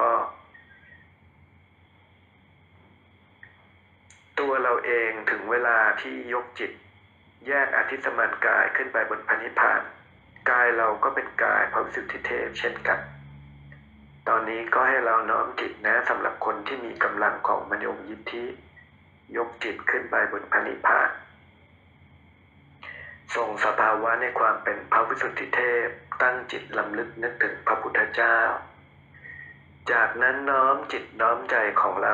ตัวเราเองถึงเวลาที่ยกจิตแยกอธิสมานกายขึ้นไปบนพระนิพพานกายเราก็เป็นกายพระวิสุทธิเทพเช่นกันตอนนี้ก็ให้เราน้อมจิตนะสำหรับคนที่มีกำลังของมโนมยิทธิยกจิตขึ้นไปบนพระนิพพานทรงสภาวะในความเป็นพระวิสุทธิเทพตั้งจิตลำลึกนึกถึงพระพุทธเจ้าจากนั้นน้อมจิตน้อมใจของเรา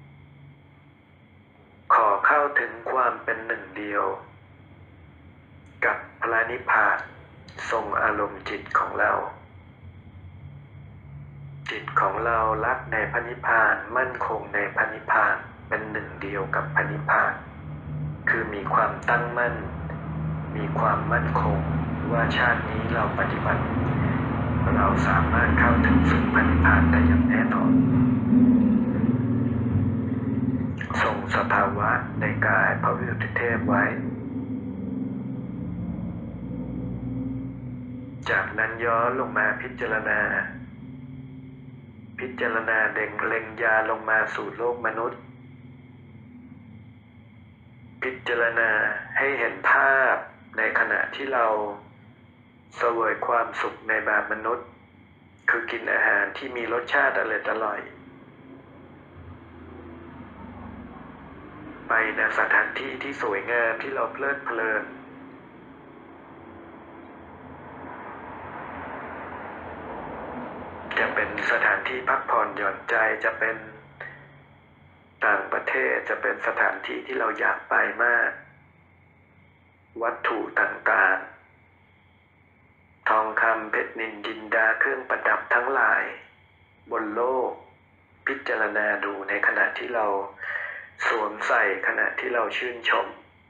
ขอเข้าถึงความเป็นหนึ่งเดียวกับพระนิพพานทรงอารมณ์จิตของเราจิตของเรารักในพระนิพพานมั่นคงในพระนิพพานเป็นหนึ่งเดียวกับพระนิพพานคือมีความตั้งมั่นมีความมั่นคงว่าชาตินี้เราปฏิบัติเราสามารถเข้าถึงสู่พระนิพพานได้อย่างแน่นอนทรงสภาวะในกายพระวิสุทธิเทพไว้จากนั้นย้อนลงมาพิจารณาเล็งยาลงมาสู่โลกมนุษย์พิจารณาให้เห็นภาพในขณะที่เราเสวยความสุขในแบบมนุษย์คือกินอาหารที่มีรสชาติอร่อยไปในสถานที่ที่สวยงามที่เราเพลิดเพลินจะเป็นสถานที่พักผ่อนหย่อนใจจะเป็นต่างประเทศจะเป็นสถานที่ที่เราอยากไปมากวัตถุต่างๆทองคำเพชรนิลจินดาเครื่องประดับทั้งหลายบนโลกพิจารณาดูในขณะที่เราสวมใส่ขณะที่เราชื่นชม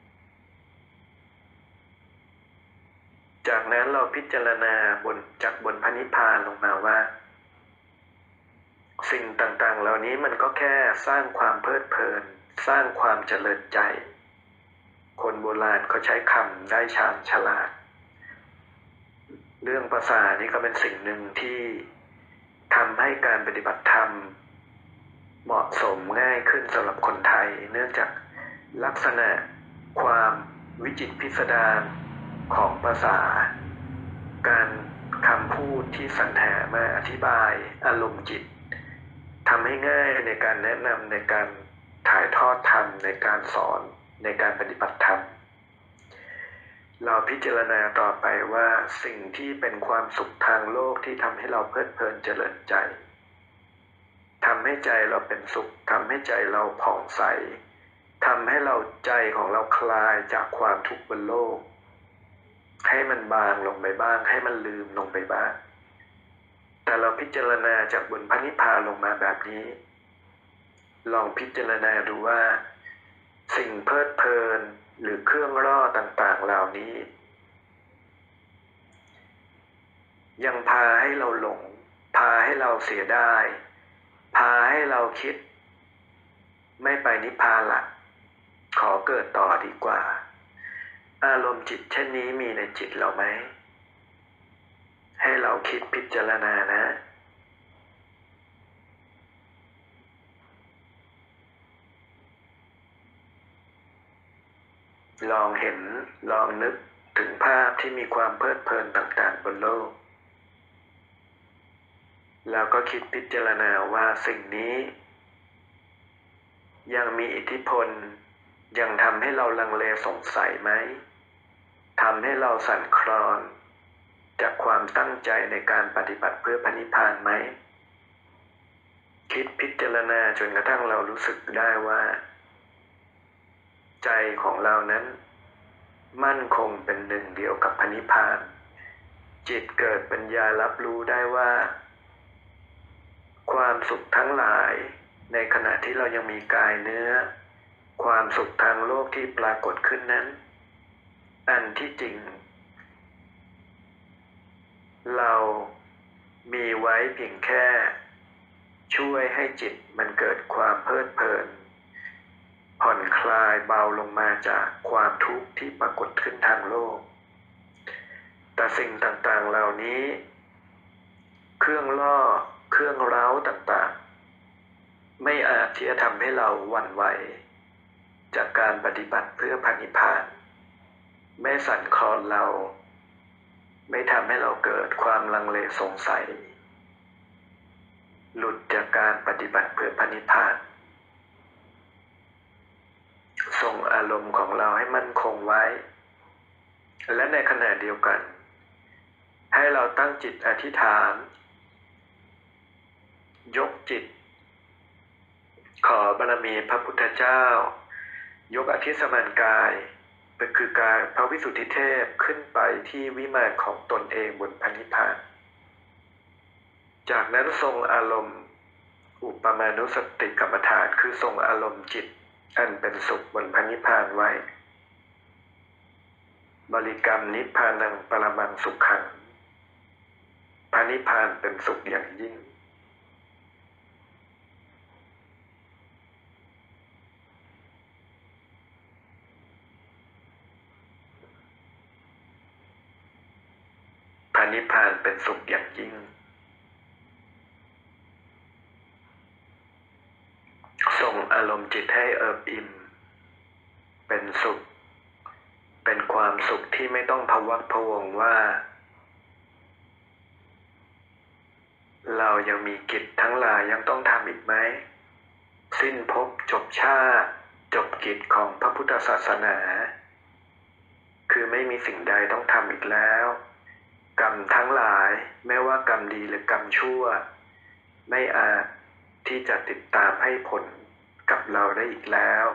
จากนั้นเราพิจารณาจากบนพระนิพพานลงมาว่าสิ่งต่างๆเหล่านี้มันก็แค่สร้างความเพลิดเพลินสร้างความเจริญใจคนโบราณเขาใช้คำได้ชาญฉลาดเรื่องภาษานี่ก็เป็นสิ่งหนึ่งที่ทำให้การปฏิบัติธรรมเหมาะสมง่ายขึ้นสำหรับคนไทยเนื่องจากลักษณะความวิจิตรพิสดารของภาษาการคำพูดที่สรรหามาอธิบายอารมณ์จิตทำให้ง่ายในการแนะนำในการถ่ายทอดธรรมในการสอนในการปฏิบัติธรรมเราพิจารณาต่อไปว่าสิ่งที่เป็นความสุขทางโลกที่ทำให้เราเพลิดเพลินเจริญใจทำให้ใจเราเป็นสุขทำให้ใจเราผ่องใสทำให้เราใจของเราคลายจากความทุกข์บนโลกให้มันบางลงไปบ้างให้มันลืมลงไปบ้างแต่เราพิจารณาจากบนพระนิพพานลงมาแบบนี้ลองพิจารณาดูว่าสิ่งเพลิดเพลินหรือเครื่องล่อต่างๆเหล่านี้ยังพาให้เราหลงพาให้เราเสียดายพาให้เราคิดไม่ไปนิพพานละขอเกิดต่อดีกว่าอารมณ์จิตเช่นนี้มีในจิตเราไหมให้เราคิดพิจารณานะลองเห็นลองนึกถึงภาพที่มีความเพลิดเพลินต่างๆบนโลกแล้วก็คิดพิจารณาว่าสิ่งนี้ยังมีอิทธิพลยังทำให้เราลังเลสงสัยไหมทำให้เราสั่นคลอนจากความตั้งใจในการปฏิบัติเพื่อพระนิพพานไหมคิดพิจารณาจนกระทั่งเรารู้สึกได้ว่าใจของเรานั้นมั่นคงเป็นหนึ่งเดียวกับพระนิพพานจิตเกิดปัญญารับรู้ได้ว่าความสุขทั้งหลายในขณะที่เรายังมีกายเนื้อความสุขทางโลกที่ปรากฏขึ้นนั้นอันที่จริงเรามีไว้เพียงแค่ช่วยให้จิตมันเกิดความเพลิดเพลินผ่อนคลายเบาลงมาจากความทุกข์ที่ปรากฏขึ้นทางโลกแต่สิ่งต่างๆเหล่านี้เครื่องล่อเครื่องเร้าต่างๆไม่อาจที่จะทำให้เราหวั่นไหวจากการปฏิบัติเพื่อพระนิพพานไม่สั่นคลอนเราไม่ทำให้เราเกิดความลังเลสงสัยหลุดจากการปฏิบัติเพื่อพระนิพพานส่งอารมณ์ของเราให้มั่นคงไว้และในขณะเดียวกันให้เราตั้งจิตอธิษฐานยกจิตขอบารมีพระพุทธเจ้ายกอธิสมานกายคือกายพระวิสุทธิเทพขึ้นไปที่วิมานของตนเองบนพระนิพพานจากนั้นทรงอารมณ์อุปมานุสติกรรมฐานคือทรงอารมณ์จิตอันเป็นสุขบนพระนิพพานไว้บริกรรมนิพพานังปรมังสุขขังพระนิพพานเป็นสุขอย่างยิ่งพระนิพพานเป็นสุขอย่างยิ่งส่งอารมณ์จิตให้เอิบอิ่มเป็นสุขเป็นความสุขที่ไม่ต้องพะวักพะวงว่าเรายังมีกิจทั้งหลายยังต้องทำอีกไหมสิ้นภพจบชาติจบกิจของพระพุทธศาสนาคือไม่มีสิ่งใดต้องทำอีกแล้วกรรมทั้งหลายไม่ว่ากรรมดีหรือกรรมชั่วไม่อาจที่จะติดตามให้ผลกับเราได้อีกแล้ว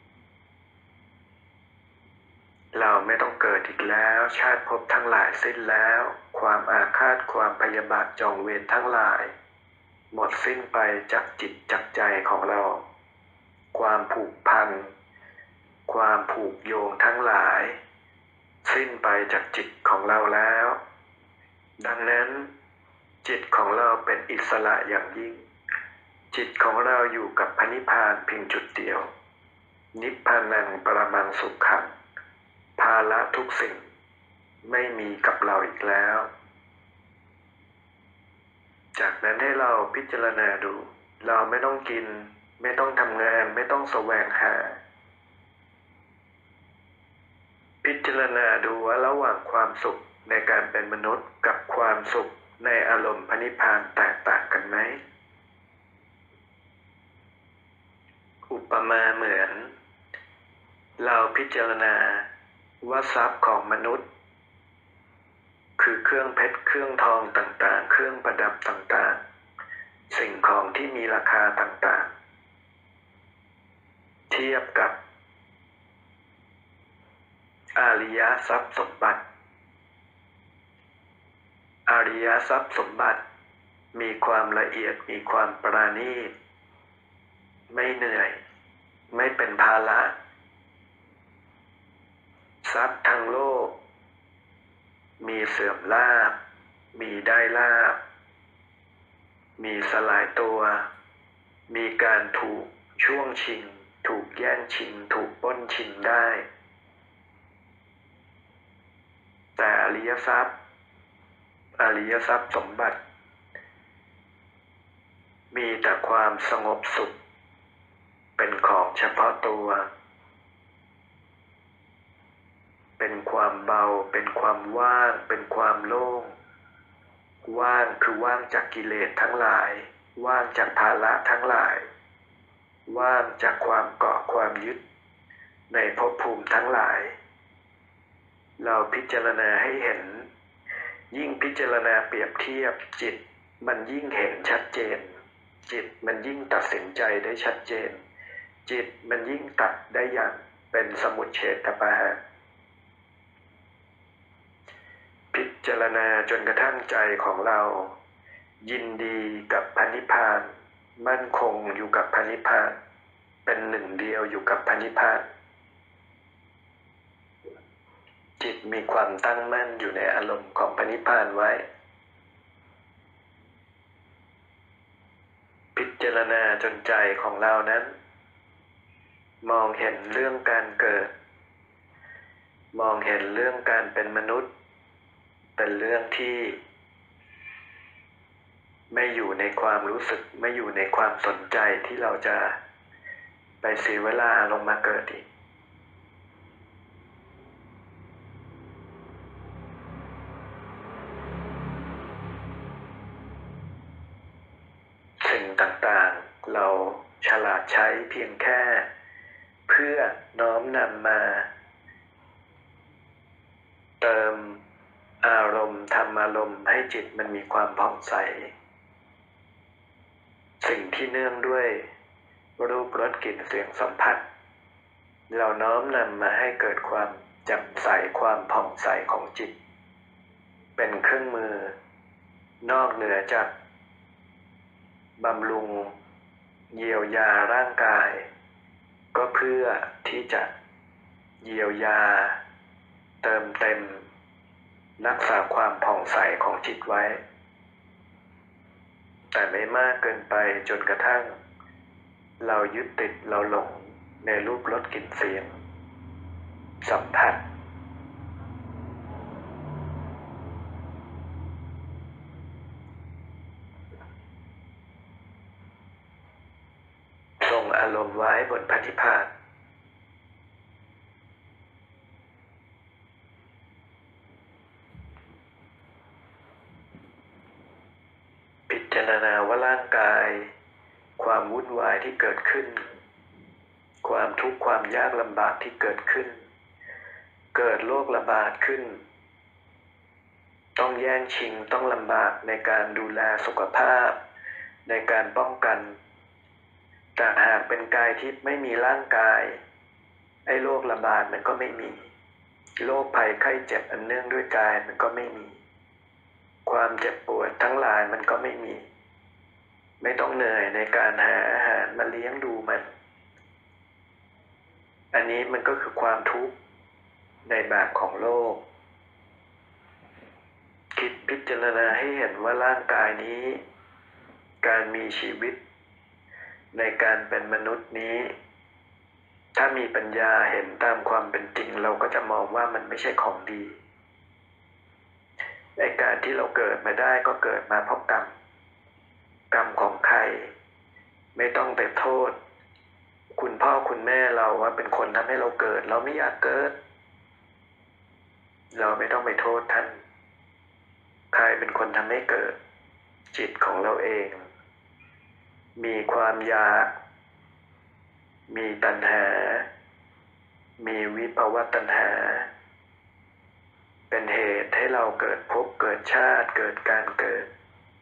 เราไม่ต้องเกิดอีกแล้วชาติภพทั้งหลายสิ้นแล้วความอาฆาตความพยาบาทจองเวรทั้งหลายหมดสิ้นไปจากจิตจากใจของเราความผูกพันความผูกโยงทั้งหลายสิ้นไปจากจิตของเราแล้วดังนั้นจิตของเราเป็นอิสระอย่างยิ่งจิตของเราอยู่กับพระนิพพานเพียงจุดเดียวนิพพานังปรมังสุขขังภาระทุกสิ่งไม่มีกับเราอีกแล้วจากนั้นให้เราพิจารณาดูเราไม่ต้องกินไม่ต้องทำงานไม่ต้องแสวงหาพิจารณาดูว่าระหว่างความสุขในการเป็นมนุษย์กับความสุขในอารมณ์พระนิพพานแตกต่างกันไหมอุปมาเหมือนเราพิจารณาว่าทรัพย์ของมนุษย์คือเครื่องเพชรเครื่องทองต่างๆเครื่องประดับต่างๆสิ่งของที่มีราคาต่างๆเทียบกับอริยทรัพย์สมบัติอริยทรัพย์สมบัติมีความละเอียดมีความปราณีตไม่เหนื่อยไม่เป็นภาระทรัพย์ทางโลกมีเสื่อมลาภมีได้ลาภมีสลายตัวมีการถูกช่วงชิงถูกแย่งชิงถูกปล้นชิงได้แต่อริยทรัพย์สมบัติมีแต่ความสงบสุขเป็นของเฉพาะตัวเป็นความเบาเป็นความว่างเป็นความโล่งว่างคือว่างจากกิเลสทั้งหลายว่างจากภาระทั้งหลายว่างจากความเกาะความยึดในภพภูมิทั้งหลายเราพิจารณาให้เห็นยิ่งพิจารณาเปรียบเทียบจิตมันยิ่งเห็นชัดเจนจิตมันยิ่งตัดสินใจได้ชัดเจนจิตมันยิ่งตัดได้อย่างเป็นสมุจเฉทปาหะพิจารณาจนกระทั่งใจของเรายินดีกับพระนิพพานมั่นคงอยู่กับพระนิพพานเป็นหนึ่งเดียวอยู่กับพระนิพพานจิตมีความตั้งมั่นอยู่ในอารมณ์ของพระนิพพานไว้พิจารณาจนใจของเรานั้นมองเห็นเรื่องการเกิดมองเห็นเรื่องการเป็นมนุษย์เป็นเรื่องที่ไม่อยู่ในความรู้สึกไม่อยู่ในความสนใจที่เราจะไปเสียเวลาลงมาเกิดอีกสิ่งต่างๆเราฉลาดใช้เพียงแค่เพื่อน้อมนำมาเติมอารมณ์ทำอารมณ์ให้จิตมันมีความผ่องใสสิ่งที่เนื่องด้วยรูปรสกลิ่นเสียงสัมผัสเราน้อมนำมาให้เกิดความแจ่มใสความผ่องใสของจิตเป็นเครื่องมือนอกเหนือจากบำรุงเยียวยาร่างกายก็เพื่อที่จะเยียวยาเติมเต็มรักษาความผ่องใสของจิตไว้แต่ไม่มากเกินไปจนกระทั่งเรายึดติดเราหลงในรูปรสกลิ่นเสียงสัมผัสส่งอารมณ์ไว้บนพระนิพพานพิจารณาว่าร่างกายความวุ่นวายที่เกิดขึ้นความทุกข์ความยากลำบากที่เกิดขึ้นเกิดโรคระบาดขึ้นต้องแย่งชิงต้องลำบากในการดูแลสุขภาพในการป้องกันแต่หากเป็นกายทิพย์ไม่มีร่างกายไอ้โรคระบาดมันก็ไม่มีโรคภัยไข้เจ็บอันเนื่องด้วยกายมันก็ไม่มีความเจ็บปวดทั้งหลายมันก็ไม่มีไม่ต้องเหนื่อยในการหาอาหารมาเลี้ยงดูมันอันนี้มันก็คือความทุกข์ในแบบของโลกคิดพิจารณาให้เห็นว่าร่างกายนี้การมีชีวิตในการเป็นมนุษย์นี้ถ้ามีปัญญาเห็นตามความเป็นจริงเราก็จะมองว่ามันไม่ใช่ของดีในการที่เราเกิดมาได้ก็เกิดมาเพราะกรรมของใครไม่ต้องไปโทษคุณพ่อคุณแม่เราว่าเป็นคนทำให้เราเกิดเราไม่อยากเกิดเราไม่ต้องไปโทษท่านใครเป็นคนทำให้เกิดจิตของเราเองมีความอยากมีตัณหามีวิภวตัณหาเป็นเหตุให้เราเกิดภพเกิดชาติเกิดการเกิด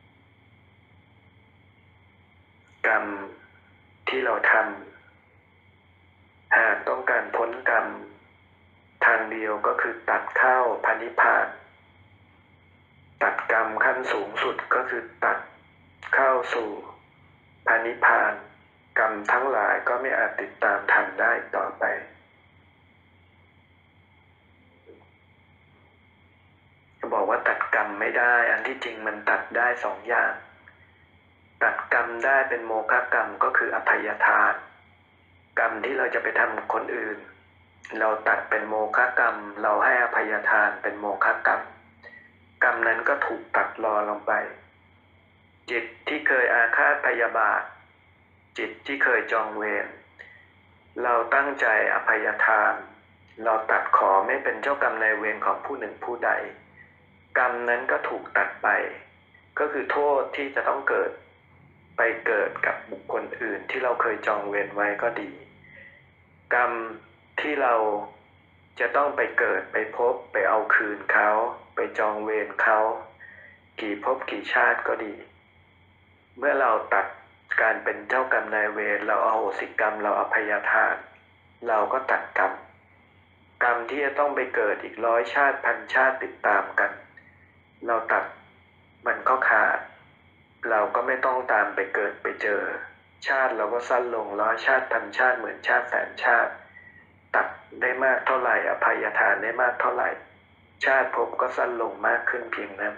กรรมที่เราทำหากต้องการพ้นกรรมทางเดียวก็คือตัดเข้าพระนิพพานตัดกรรมขั้นสูงสุดก็คือตัดเข้าสู่พระนิพพานกรรมทั้งหลายก็ไม่อาจติดตามทันได้ต่อไปบอกว่าตัดกรรมไม่ได้อันที่จริงมันตัดได้สองอย่างตัดกรรมได้เป็นโมฆะกรรมก็คืออภัยทานกรรมที่เราจะไปทำคนอื่นเราตัดเป็นโมฆะกรรมเราให้อภัยทานเป็นโมฆะกรรมกรรมนั้นก็ถูกตัดรอลงไปจิตที่เคยอาฆาตพยาบาทจิตที่เคยจองเวรเราตั้งใจอภัยทานเราตัดขอไม่เป็นเจ้ากรรมนายเวรของผู้หนึ่งผู้ใดกรรมนั้นก็ถูกตัดไปก็คือโทษที่จะต้องเกิดไปเกิดกับบุคคลอื่นที่เราเคยจองเวรไว้ก็ดีกรรมที่เราจะต้องไปเกิดไปพบไปเอาคืนเขาไปจองเวรเขากี่ภพกี่ชาติก็ดีเมื่อเราตัดการเป็นเจ้ากรรมนายเวรเราอโหสิกรรมเราอภัยทานเราก็ตัดกรรมที่จะต้องไปเกิดอีก100 ชาติพันชาติติดตามกันเราตัดมันก็ขาดเราก็ไม่ต้องตามไปเกิดไปเจอชาติเราก็สั้นลง100 ชาติพันชาติหมื่นชาติแสนชาติตัดได้มากเท่าไหร่อภัยทานได้มากเท่าไหร่ชาติภพก็สั้นลงมากขึ้นเพียงนั้น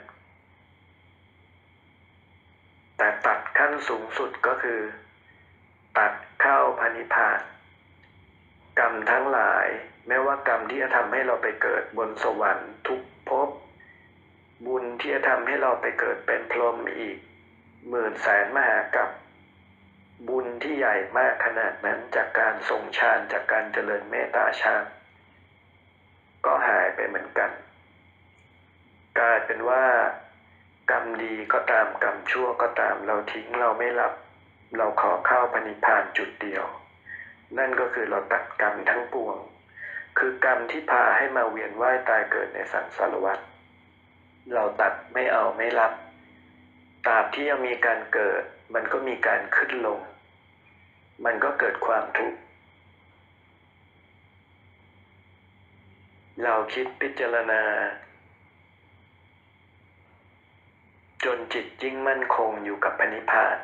แต่ตัดขั้นสูงสุดก็คือตัดเข้าพระนิพพานกรรมทั้งหลายไม่ว่ากรรมที่จะทำให้เราไปเกิดบนสวรรค์ทุกภพบุญที่จะทำให้เราไปเกิดเป็นพรหมอีกหมื่นแสนมหากาพย์บุญที่ใหญ่มากขนาดนั้นจากการทรงฌานจากการเจริญเมตตาฌานก็หายไปเหมือนกันกลายเป็นว่ากรรมดีก็ตามกรรมชั่วก็ตามเราทิ้งเราไม่รับเราขอเข้าพระนิพพานจุดเดียวนั่นก็คือเราตัดกรรมทั้งปวงคือกรรมที่พาให้มาเวียนว่ายตายเกิดในสังสารวัฏเราตัดไม่เอาไม่รับตราบที่ยังมีการเกิดมันก็มีการขึ้นลงมันก็เกิดความทุกข์เราคิดพิจารณาจนจิตยิ่งมั่นคงอยู่กับพระนิพพาน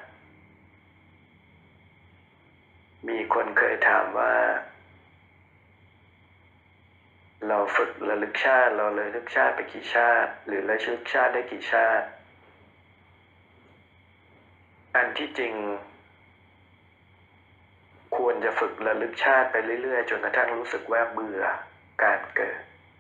มีคนเคยถามว่าเราฝึกระลึกชาติเราระลึกชาติไปกี่ชาติหรือระลึกชาติได้กี่ชาติอันที่จริงควรจะฝึกระลึกชาติไปเรื่อยๆจนกระทั่งรู้สึกว่าเบื่อการเกิด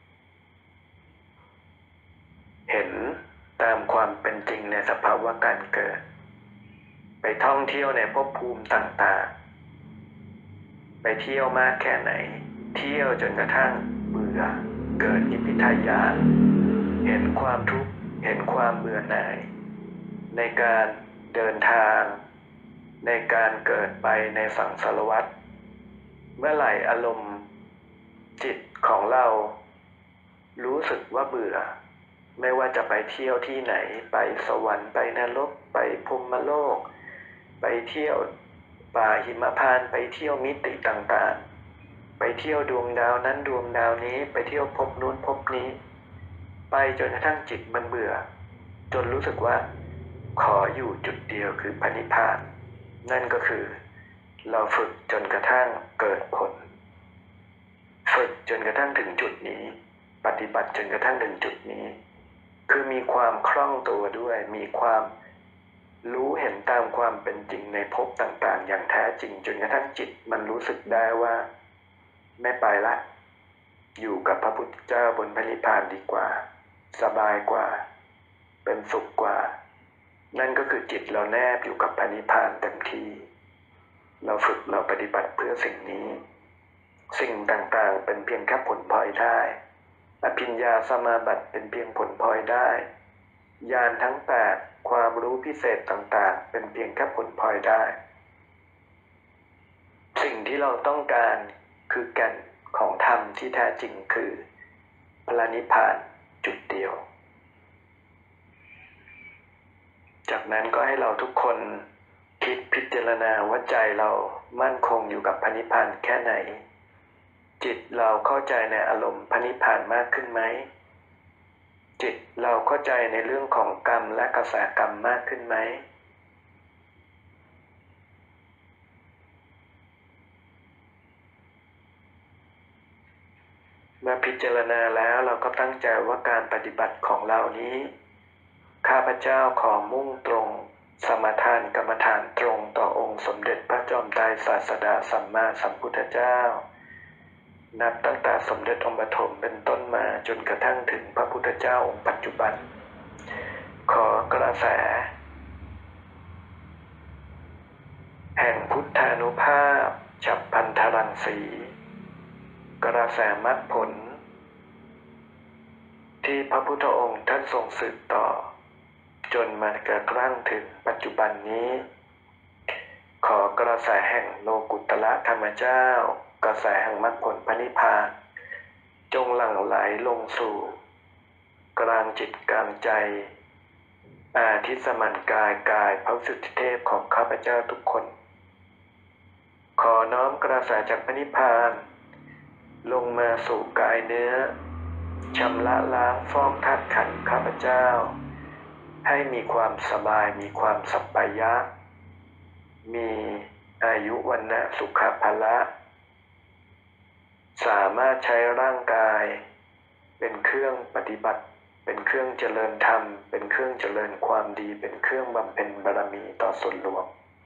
เห็นตามความเป็นจริงในสภาวะการเกิดไปท่องเที่ยวในภพภูมิต่างๆไปเที่ยวมากแค่ไหนเที่ยวจนกระทั่งเบื่อเกิดนิพพิทายานเห็นความทุกข์เห็นความเบื่อหน่ายในการเดินทางในการเกิดไปในสังสารวัฏเมื่อไหร่อารมณ์จิตของเรารู้สึกว่าเบื่อไม่ว่าจะไปเที่ยวที่ไหนไปสวรรค์ไปนรกไปพรหมโลกไปเที่ยวป่าหิมพานต์ไปเที่ยวมิติต่างๆไปเที่ยวดวงดาวนั้นดวงดาวนี้ไปเที่ยวภพนู้นภพนี้ไปจนกระทั่งจิตมันเบื่อจนรู้สึกว่าขออยู่จุดเดียวคือพระนิพพานนั่นก็คือเราฝึกจนกระทั่งเกิดผลฝึกจนกระทั่งถึงจุดนี้ปฏิบัติจนกระทั่งถึงจุดนี้คือมีความคล่องตัวด้วยมีความรู้เห็นตามความเป็นจริงในภพต่างๆอย่างแท้จริงจนกระทั่งจิตมันรู้สึกได้ว่าไม่ไปละอยู่กับพระพุทธเจ้าบนพระนิพพานดีกว่าสบายกว่าเป็นสุขกว่านั่นก็คือจิตเราแนบอยู่กับพระนิพพานเต็มที่เราฝึกเราปฏิบัติเพื่อสิ่งนี้สิ่งต่างๆเป็นเพียงแค่ผลพลอยได้อภิญญาสมาบัติเป็นเพียงผลพลอยได้ญาณทั้ง8ความรู้พิเศษต่างๆเป็นเพียงแค่ผลพลอยได้สิ่งที่เราต้องการคือแก่นของธรรมที่แท้จริงคือพระนิพพานจุดเดียวจากนั้นก็ให้เราทุกคนคิดพิจารณาว่าใจเรามั่นคงอยู่กับพระนิพพานแค่ไหนจิตเราเข้าใจในอารมณ์พระนิพพานมากขึ้นไหมจิตเราเข้าใจในเรื่องของกรรมและกระแสกรรมมากขึ้นไหมเมื่อพิจารณาแล้วเราก็ตั้งใจว่าการปฏิบัติของเรานี้ข้าพเจ้าขอมุ่งตรงสมทานกรรมฐานตรงต่อองค์สมเด็จพระจอมไตรศาสดาสัมมาสัมพุทธเจ้านับตั้งแต่สมเด็จองค์ปฐมเป็นต้นมาจนกระทั่งถึงพระพุทธเจ้าองค์ปัจจุบันขอกระแสแห่งพุทธานุภาพฉับพลันทรังสีกระแสมรรคผลที่พระพุทธองค์ท่านทรงสืบต่อจนมากระทั่งถึงปัจจุบันนี้ขอกระแสแห่งโลกุตตรธรรมเจ้ากระแสแห่งมรรคผลพระนิพพานจงหลั่งไหลลงสู่กลางจิตกลางใจอาทิสมันกายพระสุทธิเทพของข้าพเจ้าทุกคนขอน้อมกระแสจากพระนิพพานลงมาสู่กายเนื้อชำระล้างฟอกธาตุขันธ์ข้าพเจ้าให้มีความสบายมีความสัปปายะมีอายุวันนะสุขภละสามารถใช้ร่างกายเป็นเครื่องปฏิบัติเป็นเครื่องเจริญธรรมเป็นเครื่องเจริญความดีเป็นเครื่องบำเพ็ญบารมีต่อส่วนรวม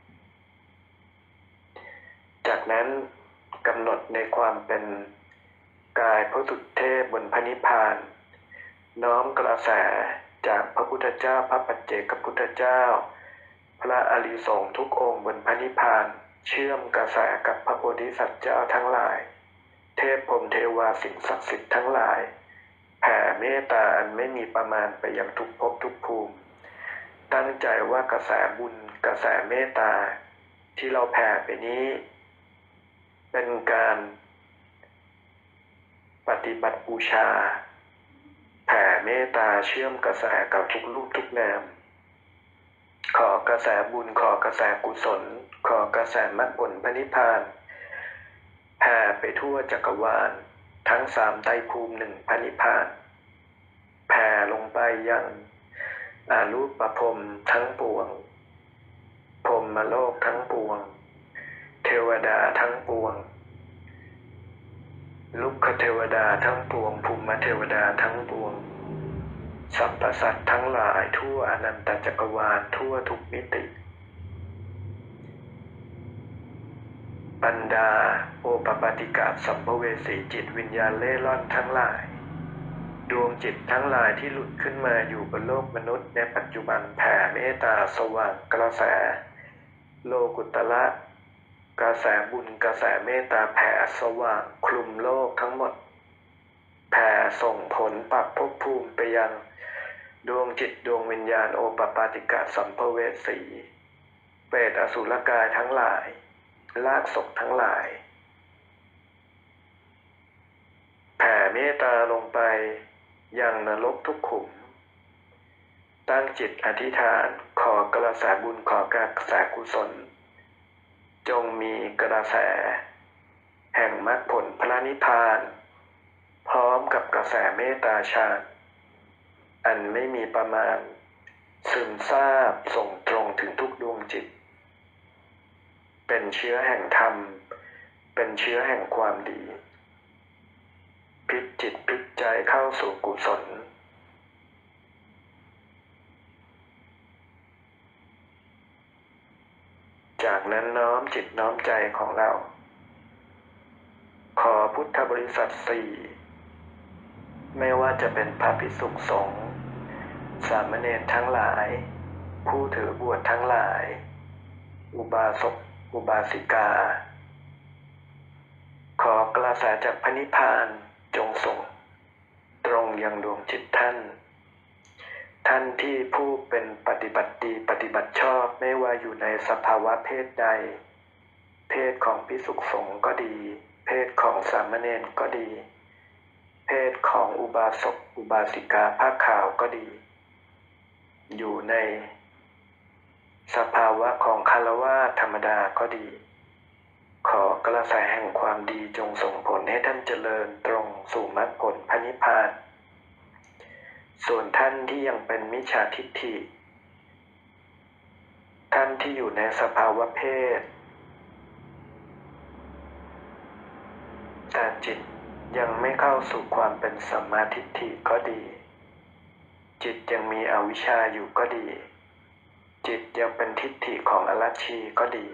จากนั้นกำหนดในความเป็นกายพระสุทธิเทพบนพระนิพพานน้อมกระแสจากพระพุทธเจ้าพระปัจเจกพุทธเจ้าพระอริยสงฆ์ทุกองค์บนพระนิพพานเชื่อมกระแสกับพระโพธิสัตว์เจ้าทั้งหลายเทพพรหมเทวาสิ่งศักดิ์สิทธิ์ทั้งหลายแผ่เมตตาอันไม่มีประมาณไปยังทุกภพทุกภูมิตั้งใจว่ากระแสบุญกระแสเมตตาที่เราแผ่ไปนี้เป็นการปฏิบัติบูชาแผ่เมตตาเชื่อมกระแสกับทุกรูปทุกนามขอกระแสบุญขอกระแสกุศลขอกระแสมรรคผลพระนิพพานแผ่ไปทั่วจักรวาลทั้งสามไตรภูมิหนึ่งพระนิพพานแผ่ลงไปยังอารูปพรหมทั้งปวงพรหมโลกทั้งปวงเทวดาทั้งปวงลุกขเทวดาทั้งปวงภูมิเทวดาทั้งปวงสรรพสัตว์ทั้งหลายทั่วอนันตจักรวาลทั่วทุกมิติบรรดาโอปปาติกาสัมภเวสีจิตวิญญาณเล่ร่อนทั้งหลายดวงจิตทั้งหลายที่หลุดขึ้นมาอยู่บนโลกมนุษย์ในปัจจุบันแผ่เมตตาสว่างกระแสโลกุตระกระแสบุญกระแสเมตตาแผ่สว่างคลุมโลกทั้งหมดแผ่ส่งผลปรับภพภูมิไปยังดวงจิตดวงวิญญาณโอปปาติกะสัมภเวสีเปรตอสุรกายทั้งหลายลากศพทั้งหลายแผ่เมตตาลงไปยังนรกทุกขุมตั้งจิตอธิษฐานขอกระแสบุญขอกระแสกุศลจงมีกระแสแห่งมรรคผลพระนิพพานพร้อมกับกระแสเมตตาฌานอันไม่มีประมาณซึมซาบส่งตรงถึงทุกดวงจิตเป็นเชื้อแห่งธรรมเป็นเชื้อแห่งความดีพลิกจิตพลิกใจเข้าสู่กุศลจากนั้นน้อมจิตน้อมใจของเราขอพุทธบริษัทสี่ไม่ว่าจะเป็นพระภิกษุสงฆ์สามเณรทั้งหลายผู้ถือบวชทั้งหลายอุบาสกอุบาสิกาขอกระแสจากพระนิพพานจงส่งตรงยังดวงจิตท่านที่ผู้เป็นปฏิบัติดีปฏิบัติชอบไม่ว่าอยู่ในสภาวะเพศใดเพศของภิกษุสงฆ์ก็ดีเพศของสามเณรก็ดีเพศของอุบาสกอุบาสิกาผ้าขาวก็ดีอยู่ในสภาวะของฆราวาสธรรมดาก็ดีขอกระแสแห่งความดีจงส่งผลให้ท่านเจริญตรงสู่มรรคผลพระนิพพานส่วนท่านที่ยังเป็นมิจฉาทิฏฐิท่านที่อยู่ในสภาวะเพศแต่จิตยังไม่เข้าสู่ความเป็นสัมมาทิฏฐิก็ดีจิตยังมีอวิชชาอยู่ก็ดีจิตยังเป็นทิฏฐิของอรัชชีก็ดี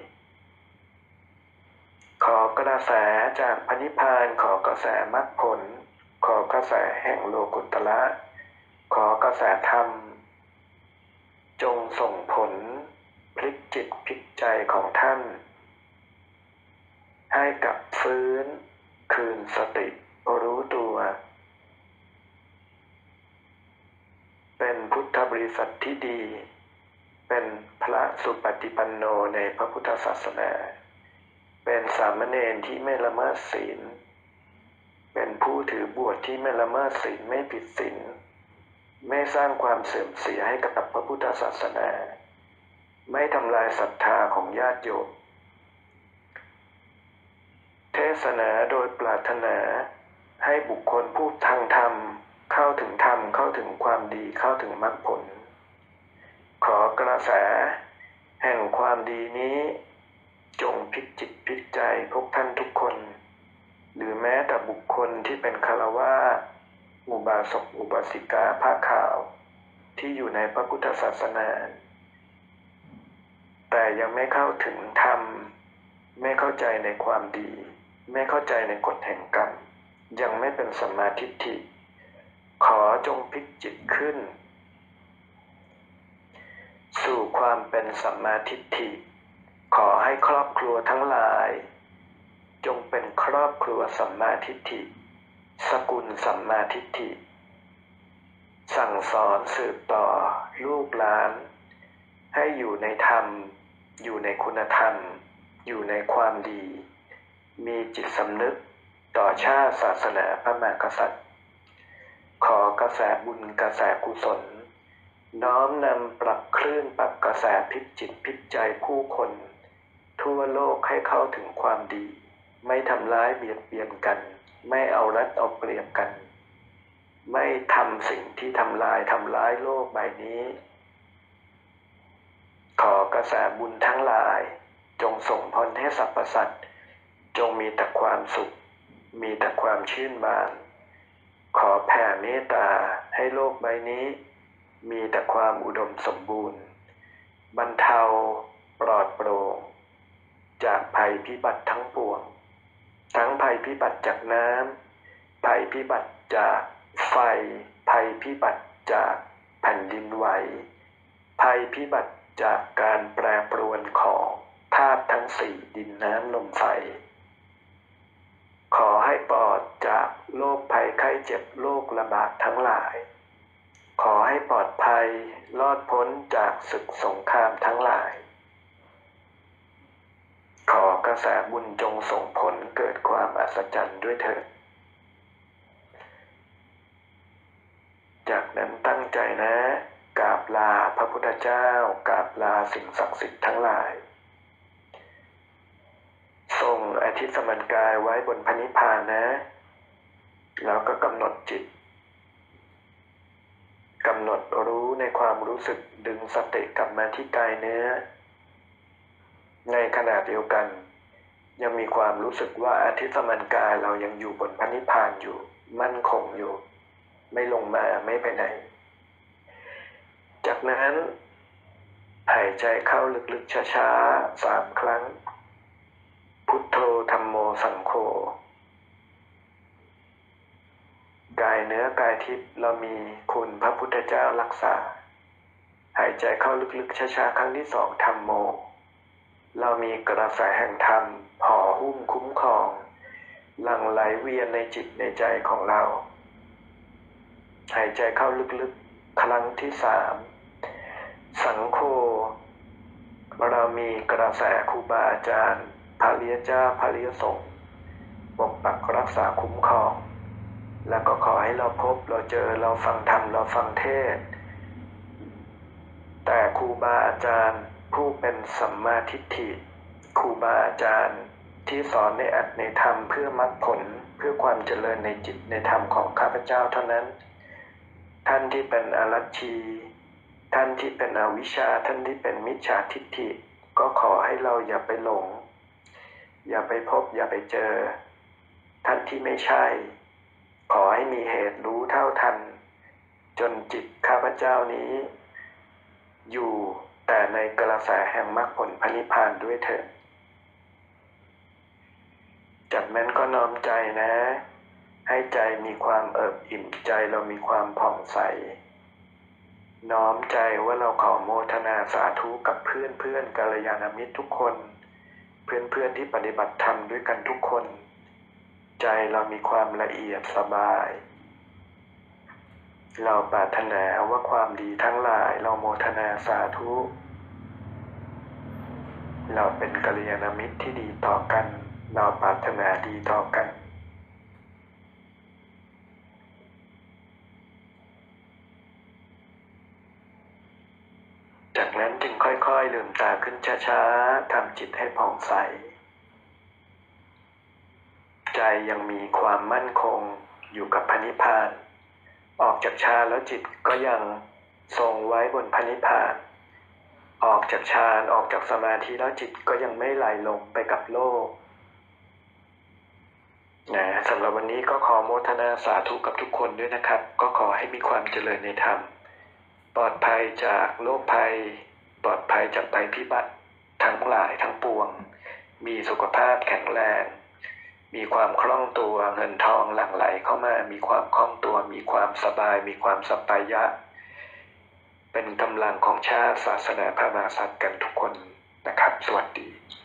ขอกระแสจากพระนิพพานขอกระแสมรรคผลขอกระแสแห่งโลกุตระขอกระแสธรรมจงส่งผลพลิกจิตพลิกใจของท่านให้กลับฟื้นคืนสติรู้ตัวเป็นพุทธบริษัทที่ดีเป็นพระสุปฏิปันโนในพระพุทธศาสนาเป็นสามเณรที่ไม่ละเมิดศีลเป็นผู้ถือบวชที่ไม่ละเมิดศีลไม่ผิดศีลไม่สร้างความเสื่อมเสียให้กับพระพุทธศาสนาไม่ทำลายศรัทธาของญาติโยมเทศนาโดยปรารถนาให้บุคคลผู้ทางธรรมเข้าถึงธรรมเข้าถึงความดีเข้าถึงมรรคผลขอกระแสแห่งความดีนี้จงพลิกจิตพลิกใจพวกท่านทุกคนหรือแม้แต่บุคคลที่เป็นฆราวาสอุบาสกอุบาสิกาผ้าขาวที่อยู่ในพระพุทธศาสนาแต่ยังไม่เข้าถึงธรรมไม่เข้าใจในความดีไม่เข้าใจในกฎแห่งกรรมยังไม่เป็นสัมมาทิฏฐิขอจงพลิกจิตขึ้นสู่ความเป็นสัมมาทิฏฐิขอให้ครอบครัวทั้งหลายจงเป็นครอบครัวสัมมาทิฏฐิสกุลสัมมาทิฏฐิสั่งสอนสืบต่อลูกหลานให้อยู่ในธรรมอยู่ในคุณธรรมอยู่ในความดีมีจิตสำนึกต่อชาติศาสนาพระมหากษัตริย์ขอกระแสบุญกระแสกุศลน้อมนำปรับคลื่นปรับกระแสพลิกจิตพลิกใจผู้คนทั่วโลกให้เข้าถึงความดีไม่ทำร้ายเบียดเบียนกันไม่เอารัดเอาเปรียบกันไม่ทำสิ่งที่ทำร้ายโลกใบนี้ขอกระแสบุญทั้งหลายจงส่งผลให้สรรพสัตว์จงมีแต่ความสุขมีแต่ความชื่นบานขอแผ่เมตตาให้โลกใบนี้มีแต่ความอุดมสมบูรณ์บรรเทาปลอดโปร่งจากภัยพิบัติทั้งปวงทั้งภัยพิบัติจากน้ำภัยพิบัติจากไฟภัยพิบัติจากแผ่นดินไหวภัยพิบัติจากการแปรปรวนของธาตุทั้งสี่ดินน้ำลมไฟขอให้ปลอดจากโรคภัยไข้เจ็บโรคระบาดทั้งหลายขอให้ปลอดภัยรอดพ้นจากศึกสงครามทั้งหลายขอกระแสบุญจงส่งผลเกิดความอัศจรรย์ด้วยเถิดจากนั้นตั้งใจนะกราบลาพระพุทธเจ้ากราบลาสิ่งศักดิ์สิทธิ์ทั้งหลายส่งอธิสมันกายไว้บนพระนิพพานนะแล้วก็กำหนดจิตกำหนดรู้ในความรู้สึกดึงสติกลับมาที่กายเนื้อในขณะเดียวกันยังมีความรู้สึกว่าอธิสมันกายเรายังอยู่บนพระนิพพานอยู่มั่นคงอยู่ไม่ลงมาไม่ไปไหนจากนั้นหายใจเข้าลึกๆช้าๆ3 ครั้งพุทโธธัมโมสังโฆกายเนื้อกายทิพย์เรามีคุณพระพุทธเจ้ารักษาหายใจเข้าลึกๆช้าๆครั้งที่2ธัมโมเรามีกระแสแห่งธรรมห่อหุ้มคุ้มครองหลั่งไหลเวียนในจิตในใจของเราหายใจเข้าลึกๆครั้งที่3สังโฆเรามีกระแสครูบาอาจารย์พระริยเจ้าพระริยสงฆ์ปกปักรักษาคุ้มครองแล้วก็ขอให้เราพบเราเจอเราฟังธรรมเราฟังเทศน์แต่ครูบาอาจารย์ผู้เป็นสัมมาทิฏฐิครูบาอาจารย์ที่สอนในอัตในธรรมเพื่อมรรคผลเพื่อความเจริญในจิตในธรรมของข้าพเจ้าเท่านั้นท่านที่เป็นอรัชชีท่านที่เป็นอวิชชาท่านที่เป็นมิจฉาทิฏฐิก็ขอให้เราอย่าไปหลงอย่าไปพบอย่าไปเจอท่านที่ไม่ใช่ขอให้มีเหตุรู้เท่าทันจนจิตข้าพเจ้านี้อยู่แต่ในกระแสแห่งมรรคผลพระนิพพานด้วยเถิดจากนั้นก็น้อมใจนะให้ใจมีความเอิบอิ่มใจเรามีความผ่องใสน้อมใจว่าเราขอโมทนาสาธุกับเพื่อนกัลยาณมิตรทุกคนเพื่อนที่ปฏิบัติธรรมด้วยกันทุกคนใจเรามีความละเอียดสบายเราปรารถนาว่าความดีทั้งหลายเราโมทนาสาธุเราเป็นกัลยาณมิตรที่ดีต่อกันเราปรารถนาดีต่อกันช้าๆทำจิตให้ผ่องใสใจยังมีความมั่นคงอยู่กับพระนิพพานออกจากฌานแล้วจิตก็ยังทรงไว้บนพระนิพพานออกจากฌานออกจากสมาธิแล้วจิตก็ยังไม่ไหลลงไปกับโลกสำหรับวันนี้ก็ขอโมทนาสาธุกับทุกคนด้วยนะครับก็ขอให้มีความเจริญในธรรมปลอดภัยจากโรคภัยปลอดภัยจากภัยพิบัติทั้งหลายทั้งปวงมีสุขภาพแข็งแรงมีความคล่องตัวเงินทองหลั่งไหลเข้ามามีความคล่องตัวมีความสบายมีความสัปปายะเป็นกำลังของชาติศาสนาพระมหากษัตริย์กันทุกคนนะครับสวัสดี